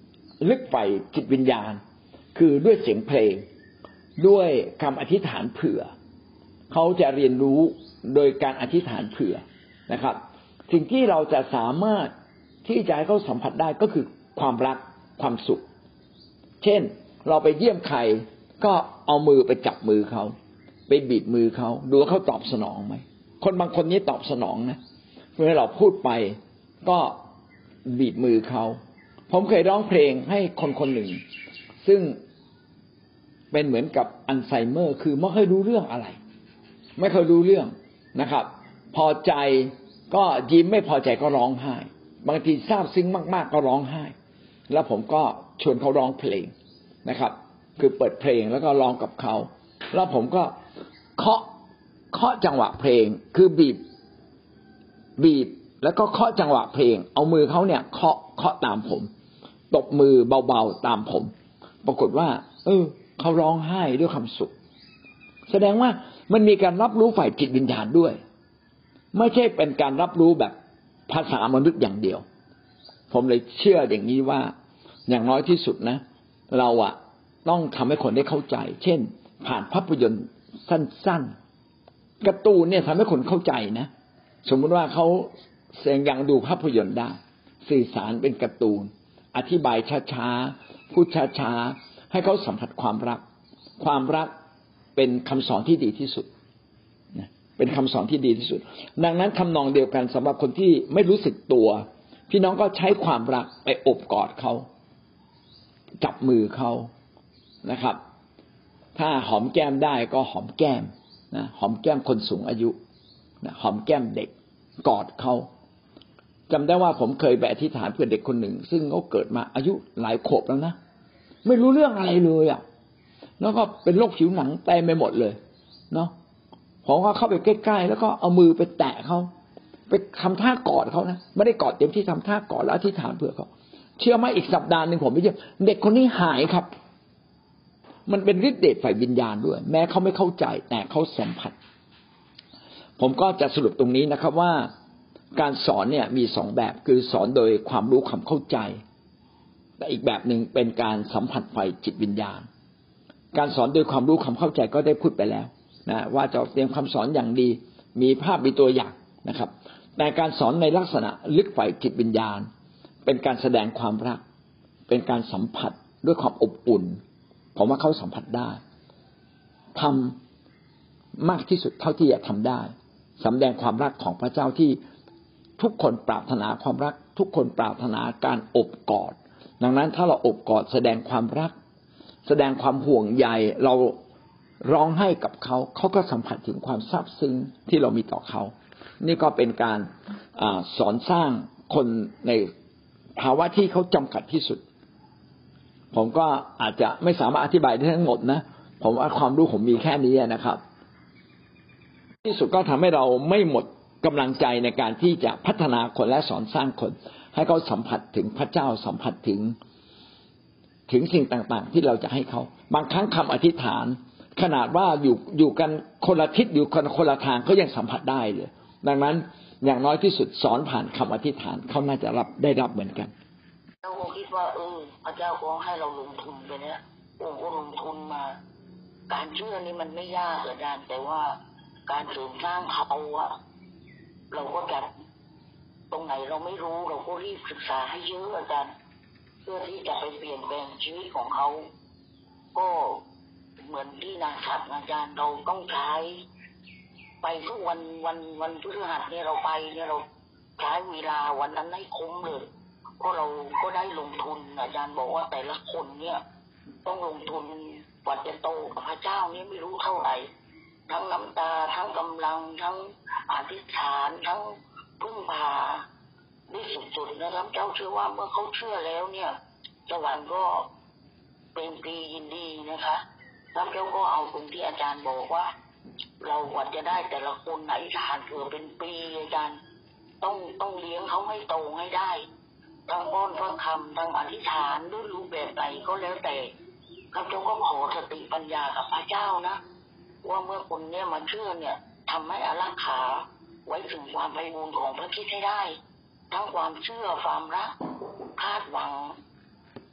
ลึกใฝ่จิตวิญญาณคือด้วยเสียงเพลงด้วยคำอธิษฐานเผื่อเขาจะเรียนรู้โดยการอธิษฐานเผื่อนะครับสิ่งที่เราจะสามารถที่จะให้เขาสัมผัสได้ก็คือความรักความสุขเช่นเราไปเยี่ยมใครก็เอามือไปจับมือเขาไปบีบมือเขาดูว่าเขาตอบสนองไหมคนบางคนนี้ตอบสนองนะเมื่อเราพูดไปก็บีบมือเขาผมเคยร้องเพลงให้คนคนหนึ่งซึ่งเป็นเหมือนกับอัลไซเมอร์คือไม่เคยรู้เรื่องอะไรไม่เคยรู้เรื่องนะครับพอใจก็ยิ้มไม่พอใจก็ร้องไห้บางทีซาบซึ้งมากๆก็ร้องไห้แล้วผมก็ชวนเขาร้องเพลงนะครับคือเปิดเพลงแล้วก็ร้องกับเขาแล้วผมก็เคาะจังหวะเพลงคือบีบแล้วก็เคาะจังหวะเพลงเอามือเขาเนี่ยเคาะตามผมตบมือเบาๆตามผมปรากฏว่าเขาร้องไห้ด้วยความสุขแสดงว่ามันมีการรับรู้ฝ่ายจิตวิญญาณด้วยไม่ใช่เป็นการรับรู้แบบภาษามนุษย์อย่างเดียวผมเลยเชื่ออย่างนี้ว่าอย่างน้อยที่สุดนะเราต้องทำให้คนได้เข้าใจเช่นผ่านภาพยนตร์สั้นๆการ์ตูนเนี่ยทำให้คนเข้าใจนะสมมุติว่าเขายังดูภาพยนตร์ได้สื่อสารเป็นการ์ตูนอธิบายช้าๆพูดช้าๆให้เขาสัมผัสความรักเป็นคำสอนที่ดีที่สุดนะเป็นคำสอนที่ดีที่สุดดังนั้นทำนองเดียวกันสำหรับคนที่ไม่รู้สึกตัวพี่น้องก็ใช้ความรักไปโอบกอดเขาจับมือเขานะครับถ้าหอมแก้มได้ก็หอมแก้มนะหอมแก้มคนสูงอายุนะหอมแก้มเด็กกอดเขาจำได้ว่าผมเคยไปอธิษฐานเพื่อเด็กคนหนึ่งซึ่งเขาเกิดมาอายุหลายขวบแล้วนะไม่รู้เรื่องอะไรเลยแล้วก็เป็นโรคผิวหนังเต็มไปหมดเลยเนาะผมก็เข้าไปใกล้ๆแล้วก็เอามือไปแตะเขาไปทำท่ากอดเขานะไม่ได้กอดเต็มที่ทำท่ากอดแล้วอธิษฐานเพื่อเขาเชื่อไหมอีกสัปดาห์นึงผมไปเยี่ยมเด็กคนนี้หายครับมันเป็นฤทธิ์เดชฝ่ายวิญญาณด้วยแม้เขาไม่เข้าใจแต่เขาสัมผัสผมก็จะสรุปตรงนี้นะครับว่าการสอนเนี่ยมีสองแบบคือสอนโดยความรู้ความเข้าใจแต่อีกแบบหนึ่งเป็นการสัมผัสฝ่ายจิตวิญญาณการสอนโดยความรู้ความเข้าใจก็ได้พูดไปแล้วนะว่าจะเตรียมคำสอนอย่างดีมีภาพมีตัวอย่างนะครับแต่การสอนในลักษณะลึกฝ่ายจิตวิญญาณเป็นการแสดงความรักเป็นการสัมผัสด้วยความอบอุ่นผมว่าเขาสัมผัสได้ทำมากที่สุดเท่าที่จะทำได้สำแดงความรักของพระเจ้าที่ทุกคนปรารถนาความรักทุกคนปรารถนาการอบกอดดังนั้นถ้าเราอบกอดแสดงความรักแสดงความห่วงใยเราร้องให้กับเขาเขาก็สัมผัสถึงความซาบซึ้งที่เรามีต่อเขานี่ก็เป็นการสอนสร้างคนในภาวะที่เขาจำกัดที่สุดผมก็อาจจะไม่สามารถอธิบายได้ทั้งหมดนะผมว่าความรู้ผมมีแค่นี้นะครับที่สุดก็ทำให้เราไม่หมดกำลังใจในการที่จะพัฒนาคนและสอนสร้างคนให้เขาสัมผัสถึงพระเจ้าสัมผัสถึงสิ่งต่างๆที่เราจะให้เขาบางครั้งคำอธิษฐานขนาดว่าอยู่กันคนละทิศอยู่คนละทางเขายังสัมผัสได้เลยดังนั้นอย่างน้อยที่สุดสอนผ่านคำอธิษฐานเขาน่าจะได้รับเหมือนกันเราคงคิดว่าพระเจ้าคงให้เราลงทุนไปเนี่ยก็ลงทุนมาการเชื่อนี่มันไม่ยากอาจารย์แต่ว่าการเสริมสร้างเขาเราก็จะตรงไหนเราไม่รู้เราก็รีบศึกษาให้เยอะอาจารย์เพื่อที่จะไปเปลี่ยนแปลงชีวิตของเขาก็เหมือนที่นาศักดิ์อาจารย์เราต้องใช้ไปทุกวันพฤหัสเนี่ยเราไปเนี่ยเราใช้เวลาวันนั้นให้คุ้มเลยเพราะเราก็ได้ลงทุนอาจารย์บอกว่าแต่ละคนเนี่ยต้องลงทุนกว่าจะโตกับพระเจ้านี่ไม่รู้เท่าไหร่ทั้งน้ำตาทั้งกำลังทั้งอธิษฐานทั้งพึ่งพาด้วยสุดๆนะครับเจ้าเชื่อว่าเมื่อเขาเชื่อแล้วเนี่ยสวรรค์ก็เป็นปรียินดีนะคะแล้วเจ้าก็เอาตรงที่อาจารย์บอกว่าเรากว่าจะได้แต่ละคนไหนทานเกือบเป็นปีอาจารย์ต้องเลี้ยงเขาให้โตให้ได้ทั้งป้อนทั้งคำทั้งอธิษฐานด้วยรูปแบบไหนก็แล้วแต่ครับเจ้าก็ขอสติปัญญากับพระเจ้านะว่าเมื่อคนเนี้ยมาเชื่อเนี่ยทำให้อารักขาไว้ถึงความไพบูลย์ของพระคริสต์ให้ได้ทั้งความเชื่อความรักคาดหวัง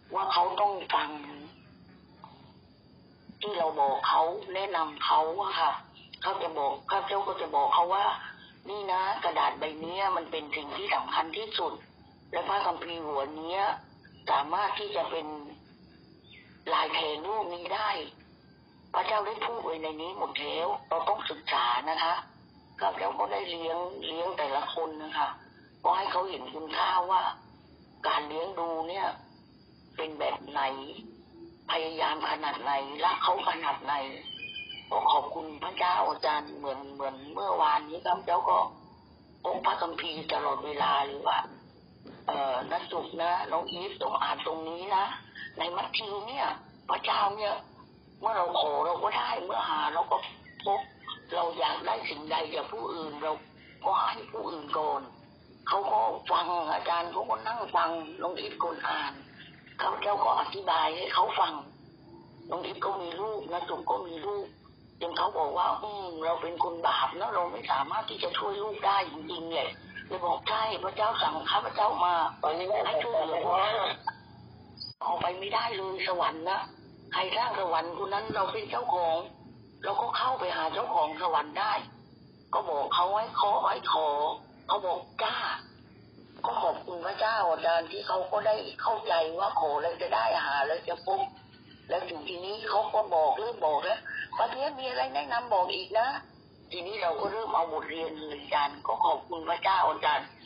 ว่าเขาต้องฟังที่เราบอกเขาแนะนำเขาอะค่ะเขาจะบอกข้าพเจ้าก็จะบอกเขาว่านี่นะกระดาษใบนี้มันเป็นสิ่งที่สำคัญที่สุดและพระคัมภีร์หัวนี้สามารถที่จะเป็นลายแทนรูปนี้ได้พระเจ้าได้พูดไว้ในนี้หมดแล้วเราต้องศึกษานะคะข้าพเจ้าก็ได้เลี้ยงแต่ละคนนะคะก็ให้เขาเห็นคุณค่าว่าการเลี้ยงดูเนี่ยเป็นแบบไหนพยายามขนาดไหนรักเขาขนาดไหนก็ขอบคุณพระเจ้าอาจารย์เหมือนเมื่อวานนี้ข้าพเจ้าก็พกพระคัมภีร์ตลอดเวลาหรือว่านักสุขนะน้องอีฟต้องอ่านตรงนี้นะในมัทธิวเนี่ยพระเจ้าเนี่ยเมื่อเราขอเราก็ได้เมื่อหาเราก็พบเราอยากได้สิ่งใดจากผู้อื่นเราก็ให้ผู้อื่นก่อนเขาก็ฟังอาจารย์เขาก็นั่งฟังน้องอีฟคนอ่านเขาเจ้าก็อธิบายให้เขาฟังน้องอีฟก็มีลูกนะจุ๋มก็มีลูกจนเขาบอกว่าเราเป็นคนบาปนะเราไม่สามารถที่จะช่วยลูกได้จริงๆเลยเลยบอกใช่พระเจ้าสั่งข้าพเจ้ามาให้ช่วยเหลือออกไปไม่ได้เลยสวรรค์นะใครสร้างสวรรค์คนนั้นเราเป็นเจ้าของเราก็เข้าไปหาเจ้าของสวรรค์ได้ก็บอกเขาให้ขอเขาบอกจ้าก็ขอบคุณพระเจ้าอาจารย์ที่เขาก็ได้เข้าใจว่าขอแล้วจะได้หาแล้วจะพบแล้วถึงทีนี้เขาก็เริ่มบอกแล้ววันนี้มีอะไรแนะนำบอกอีกนะทีนี้เราก็เริ่มเอาบทเรียนเลยอาจารย์ก็ขอบคุณพระเจ้าอาจารย์